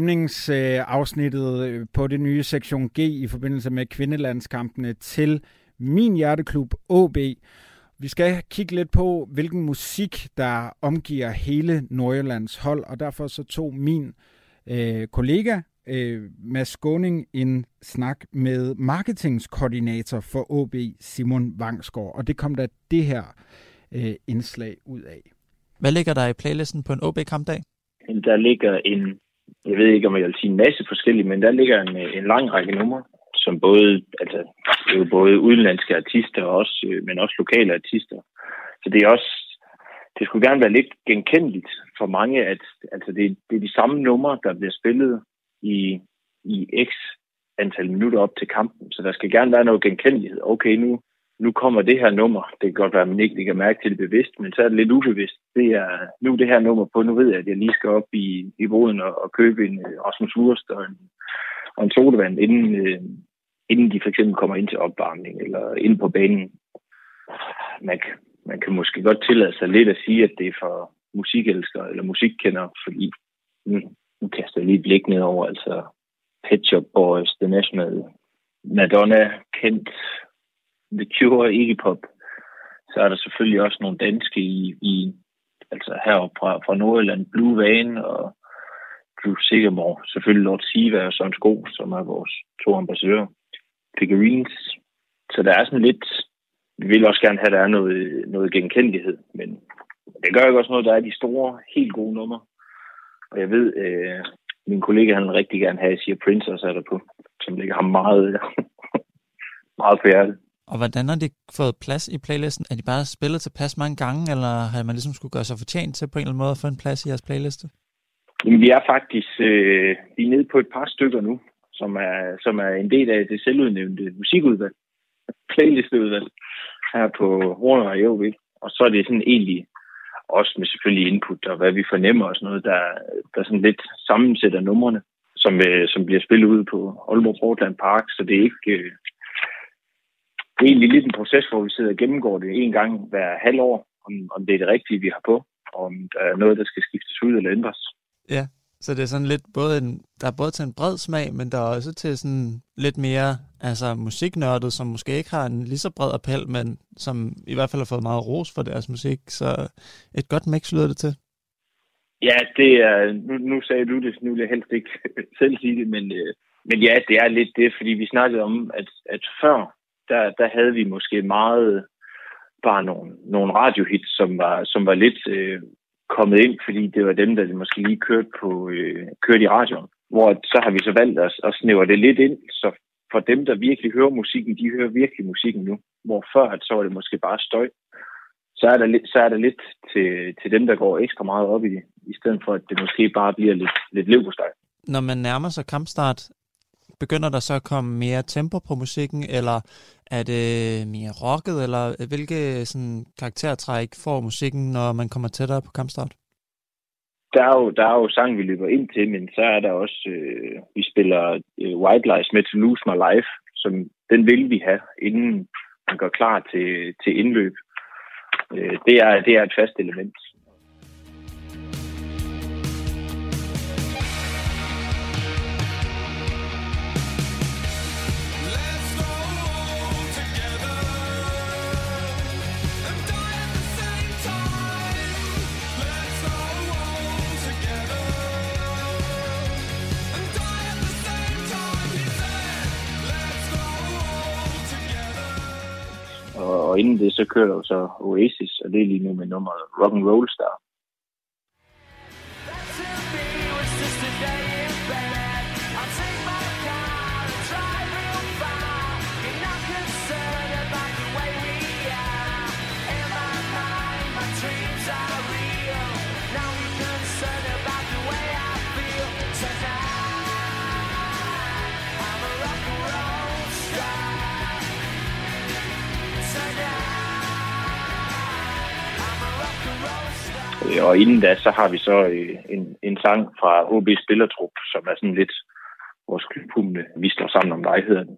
[SPEAKER 1] stemningsafsnittet på det nye sektion G i forbindelse med kvindelandskampene til min hjerteklub O B. Vi skal kigge lidt på, hvilken musik, der omgiver hele Nordjyllands hold, og derfor så tog min øh, kollega øh, Mads Skåning en snak med marketingskoordinator for O B, Simon Vangsgaard, og det kom der det her øh, indslag ud af.
[SPEAKER 8] Hvad ligger der i playlisten på en O B-kampdag?
[SPEAKER 9] Der ligger en, jeg ved ikke om jeg vil sige en masse forskellige, men der ligger en, en lang række numre, som både, altså, det er jo både udenlandske artister, også, men også lokale artister. Så det er også, det skulle gerne være lidt genkendeligt for mange, at altså det, det er de samme numre, der bliver spillet i, i x antal minutter op til kampen. Så der skal gerne være noget genkendelighed. Okay, nu, nu kommer det her nummer. Det kan godt være, at man ikke kan mærke til det bevidst, men så er det lidt ubevidst. Det er nu det her nummer på. Nu ved jeg, at jeg lige skal op i, i boden og, og købe en Rasmus Wurst og en, og en sodavand, inden, øh, inden de for eksempel kommer ind til opvarmning eller ind på banen. Man, man kan måske godt tillade sig lidt at sige, at det er for musikelskere eller musikkendere, fordi nu, nu kaster jeg lige et blik ned over, altså Pet Shop Boys, The National, Madonna, Kent, The Cure, Iggy Pop. Så er der selvfølgelig også nogle danske i, i altså heroppe fra, fra Nordjylland, Blue Van og Drew Sigamore, selvfølgelig Lord Siva og Søren Sko, som er vores to ambassadører. Figurines. Så der er sådan lidt, vi vil også gerne have, at der er noget, noget genkendelighed, men det gør jo også noget, der er de store, helt gode numre. Og jeg ved, øh, min kollega, han vil rigtig gerne have, at jeg siger Prince også er der på, som ligger ham meget, meget på hjertet.
[SPEAKER 8] Og hvordan har de fået plads i playlisten? Er de bare spillet tilpas mange gange, eller har man ligesom skulle gøre sig fortjent til på en eller anden måde at få en plads i jeres playliste?
[SPEAKER 9] Jamen, vi er faktisk øh, vi er nede på et par stykker nu, som er, som er en del af det selvudnævnte musikudvalg, playlisteudvalg her på Horner i O B. Og så er det sådan egentlig også med selvfølgelig input og hvad vi fornemmer og sådan noget, der, der sådan lidt sammensætter numrene, som, øh, som bliver spillet ude på Aalborg Portland Park. Så det er ikke øh, det er egentlig lidt en proces, hvor vi sidder og gennemgår det en gang hver halv år, om, om det er det rigtige, vi har på, og om der er noget, der skal skiftes ud eller ændres.
[SPEAKER 8] Ja, så det er sådan lidt både en, der er både til en bred smag, men der er også til sådan lidt mere altså musiknørdet, som måske ikke har en lige så bred appel, men som i hvert fald har fået meget ros for deres musik, så et godt mix lyder det til.
[SPEAKER 9] Ja, det er, nu, nu sagde du det, nu vil jeg helst ikke selv sige det, men, øh, men ja, det er lidt det, fordi vi snakkede om, at, at før, der, der havde vi måske meget bare nogle, nogle radiohits, som var, som var lidt øh, kommet ind, fordi det var dem, der måske lige kørte, på, øh, kørte i radioen. Hvor så har vi så valgt at, at snævre det lidt ind, så for dem, der virkelig hører musikken, de hører virkelig musikken nu. Hvor før, at så var det måske bare støj. Så er der lidt, så er der lidt til, til dem, der går ekstra meget op i det, i stedet for, at det måske bare bliver lidt, lidt leverpostej.
[SPEAKER 8] Når man nærmer sig kampstart, begynder der så at komme mere tempo på musikken, eller er det mere rocket, eller hvilke sådan, karaktertræk får musikken, når man kommer tættere på kampstart?
[SPEAKER 9] Der er jo, der er jo sang, vi løber ind til, men så er der også, øh, vi spiller øh, White Lies med To Lose My Life, som den vil vi have, inden man går klar til, til indløb. Øh, det, er, det er et fast element. Og inden det, så kører jo så Oasis, og det er lige nu med nummeret Rock'n'Roll Star. Og inden da, så har vi så en, en sang fra O B Spillertrup, som er sådan lidt vores klubhumne. Vi står sammen om dig, hedder den.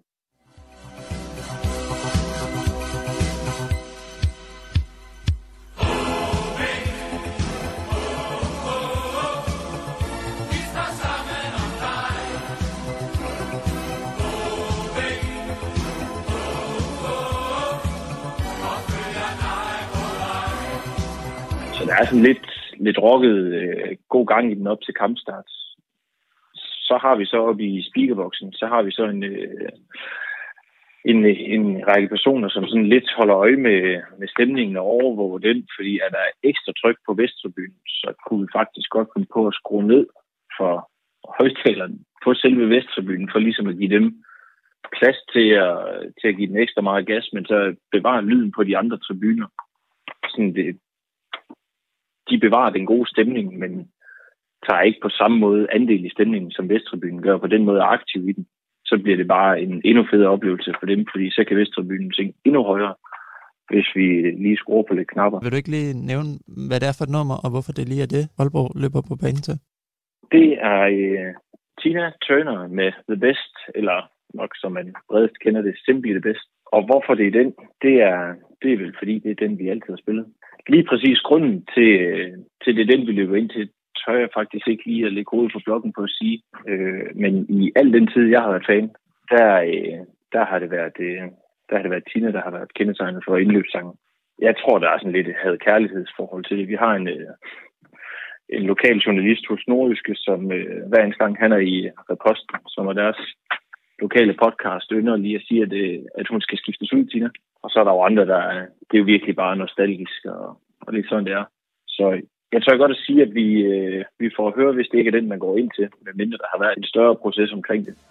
[SPEAKER 9] Så der er sådan lidt, lidt rocket øh, god gang i den op til kampstart. Så har vi så oppe i speakerboksen, så har vi så en, øh, en, en række personer, som sådan lidt holder øje med, med stemningen og overvåger den, fordi at der er ekstra tryk på Vesttribunen, så kunne vi faktisk godt komme på at skrue ned for højtalerne på selve Vesttribunen, for ligesom at give dem plads til at, til at give den ekstra meget gas, men så bevare lyden på de andre tribuner. Sådan det, de bevarer den gode stemning, men tager ikke på samme måde andel i stemningen, som Vesttribunen gør. På den måde er aktiv i den. Så bliver det bare en endnu federe oplevelse for dem, fordi så kan Vesttribunen synge endnu højere, hvis vi lige skruer på lidt knapper.
[SPEAKER 8] Vil du ikke lige nævne, hvad det er for et nummer, og hvorfor det lige er det, Aalborg løber på banen til?
[SPEAKER 9] Det er uh, Tina Turner med The Best, eller nok som man bredest kender det, Simply The Best. Og hvorfor det er den, det er, det er vel fordi, det er den, vi altid har spillet. Lige præcis grunden til, til det den, vi løber ind til, tør jeg faktisk ikke lige at lægge hovedet på blokken på at sige. Øh, men i al den tid, jeg har været fan, der, der, har det været, der har det været Tina, der har været kendetegnet for indløbssangen. Jeg tror, der er sådan lidt et had-kærlighedsforhold til det. Vi har en, en lokal journalist hos Nordjyske, som hver eneste gang han er i Reposten, som er deres lokale podcast, ynder lige at sige, at, at hun skal skiftes ud, Tina. Og så er der jo andre, der er, det er jo virkelig bare nostalgisk, og, og lidt sådan det er. Så jeg tør godt at sige, at vi, øh, vi får at høre, hvis det ikke er den, man går ind til, medmindre der har været en større proces omkring det.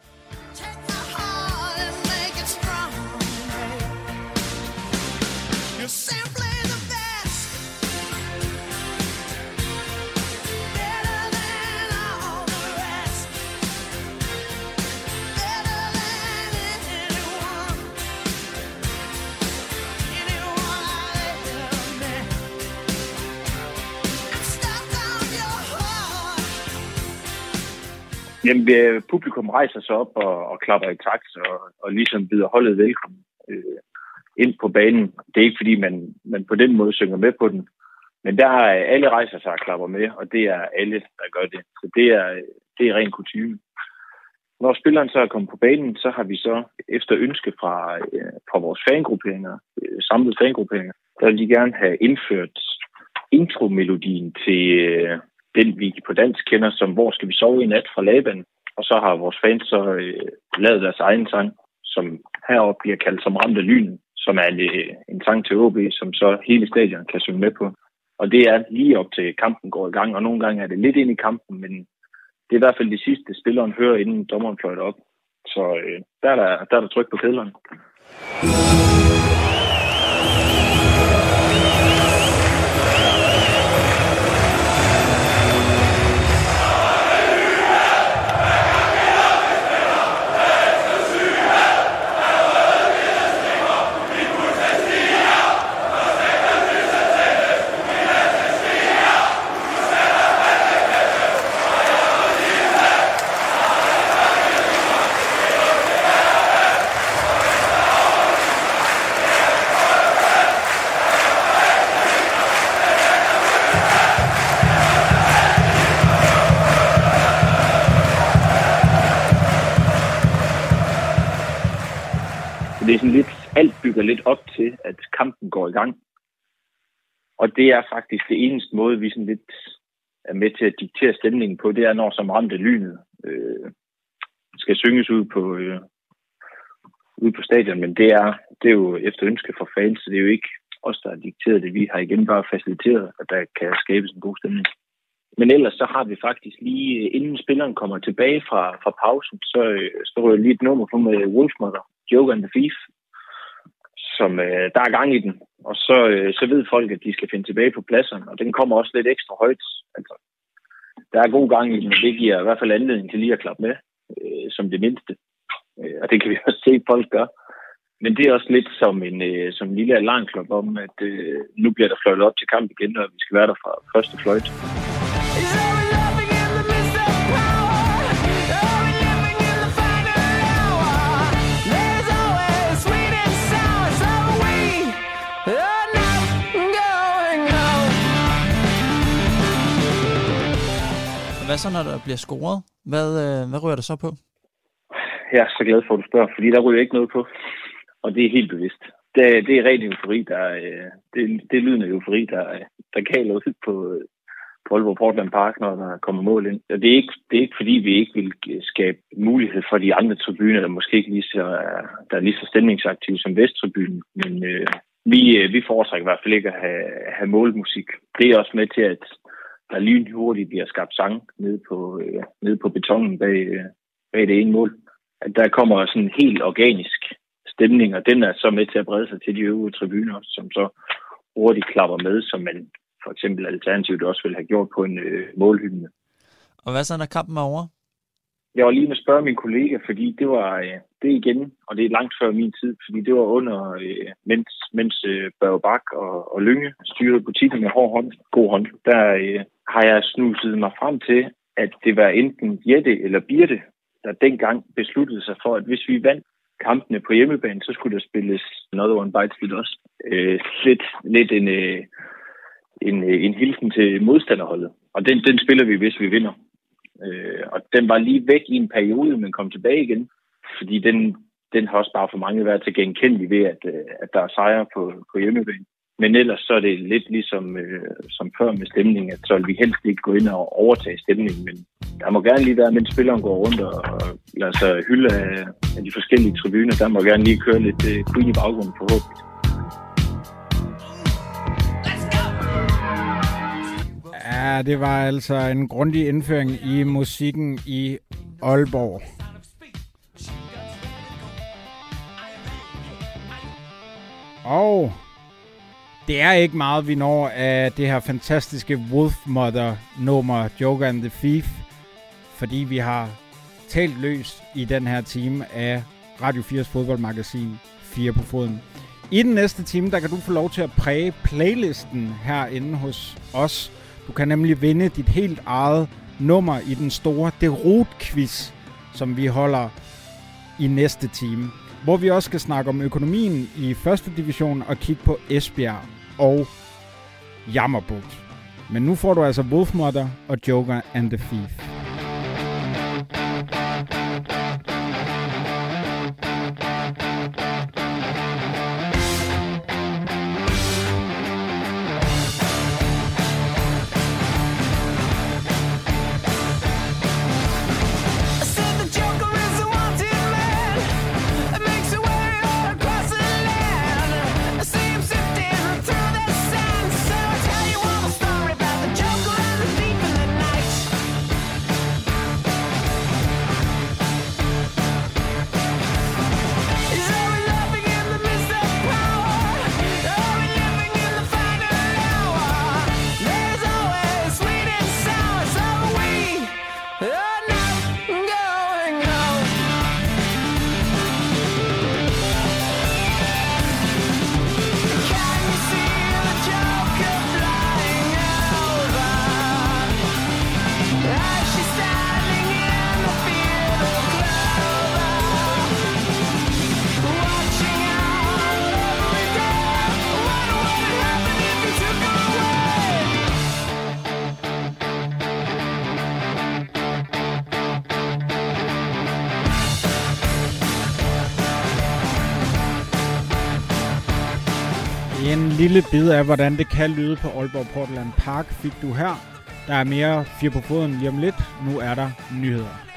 [SPEAKER 9] Jamen, publikum rejser sig op og, og klapper i takt og, og ligesom byder holdet velkommen øh, ind på banen. Det er ikke, fordi man, man på den måde synger med på den, men der er alle rejser sig og klapper med, og det er alle, der gør det. Så det er, det er ren kutyme. Når spilleren så er kommet på banen, så har vi så efter ønske fra, øh, fra vores fangrupperinger, øh, samlede fangrupperinger, der vil de gerne have indført intromelodien til øh, den, vi på dansk kender som Hvor skal vi sove i nat fra Laban. Og så har vores fans så øh, lavet deres egen sang, som heroppe bliver kaldt som Ramt af Lynen, som er en, en sang til O B, som så hele stadion kan synge med på. Og det er lige op til kampen går i gang, og nogle gange er det lidt ind i kampen, men det er i hvert fald de sidste spilleren hører, inden dommeren fløjter op. Så øh, der, er der, der er der tryk på kedlerne. Så det er sådan lidt, alt bygger lidt op til, at kampen går i gang. Og det er faktisk det eneste måde, vi sådan lidt er med til at diktere stemningen på, det er, når som ramte lynet øh, skal synges ud på, øh, ud på stadion. Men det er, det er jo efter ønske fra fans, så det er jo ikke os, der har dikteret det. Vi har igen bare faciliteret, at der kan skabes en god stemning. Men ellers så har vi faktisk lige, inden spilleren kommer tilbage fra, fra pausen, så står der lige et nummer på med Wolfmother, Joker and the Thief, som øh, der er gang i den. Og så, øh, så ved folk, at de skal finde tilbage på pladserne, og den kommer også lidt ekstra højt. Altså, der er god gang i den, og det giver i hvert fald anledning til lige at klappe med, øh, som det mindste. Øh, og det kan vi også se, at folk gør. Men det er også lidt som en, øh, som en lille alarmklok om, at øh, nu bliver der fløjtet op til kamp igen, og vi skal være der fra første fløjt.
[SPEAKER 8] Hvad så, når der bliver scoret? Hvad, øh, hvad ryger der så på?
[SPEAKER 9] Jeg er så glad for, at du spørger, fordi der ryger ikke noget på. Og det er helt bevidst. Det, det er rent eufori, der øh, det, det er lyden af eufori, der, der kaler ud på, på Aalborg Portland Park, når der kommer mål ind. Og det er ikke, det er ikke fordi, vi ikke vil skabe mulighed for de andre tribuner, der måske ikke lige så, der er lige så stemningsaktive som Vesttribunen. Men øh, vi, vi foretrækker i hvert fald ikke at have, have målmusik. Det er også med til, at der lynhurtigt bliver skabt sang nede på, øh, nede på betonen bag, øh, bag det ene mål. At der kommer sådan en helt organisk stemning, og den er så med til at brede sig til de øvrige tribuner, som så hurtigt klapper med, som man for eksempel alternativt også ville have gjort på en øh, målhylde.
[SPEAKER 8] Og hvad så, når kampen er over?
[SPEAKER 9] Jeg var lige med at spørge min kollega, fordi det var øh, det igen, og det er langt før min tid, fordi det var under, øh, mens, mens øh, Børge Bak og, og Lynge styrede butikken med hård hånd, god hånd, der øh, har jeg snuset mig frem til, at det var enten Jette eller Birte, der dengang besluttede sig for, at hvis vi vandt kampene på hjemmebane, så skulle der spilles Another One Bites the Dust. Øh, lidt, lidt en, øh, en, øh, en hilsen til modstanderholdet. Og den, den spiller vi, hvis vi vinder. Øh, og den var lige væk i en periode, men kom tilbage igen. Fordi den, den har også bare for mange været til genkendelig ved, at, at der er sejre på, på hjemmebane. Men ellers så er det lidt ligesom øh, som før med stemningen, at så vil vi helst ikke gå ind og overtage stemningen. Men der må gerne lige være, mens spilleren går rundt og, og lader sig hylde af, af de forskellige tribuner. Der må gerne lige køre lidt øh, Queen i baggrunden forhåbentlig.
[SPEAKER 1] Ja, det var altså en grundig indføring i musikken i Aalborg. Og det er ikke meget, vi når af det her fantastiske Wolfmother-nummer Joker and the Thief, fordi vi har talt løs i den her time af Radio fires fodboldmagasin fire på foden. I den næste time, der kan du få lov til at præge playlisten herinde hos os. Du kan nemlig vinde dit helt eget nummer i den store Derot-quiz, som vi holder i næste time, hvor vi også skal snakke om økonomien i første division og kigge på Esbjerg og Jammerbugt. Men nu får du altså Wolfmother og Joker and the Thief. En lille bid af, hvordan det kan lyde på Aalborg Portland Park, fik du her. Der er mere fire på foden lige om lidt. Nu er der nyheder.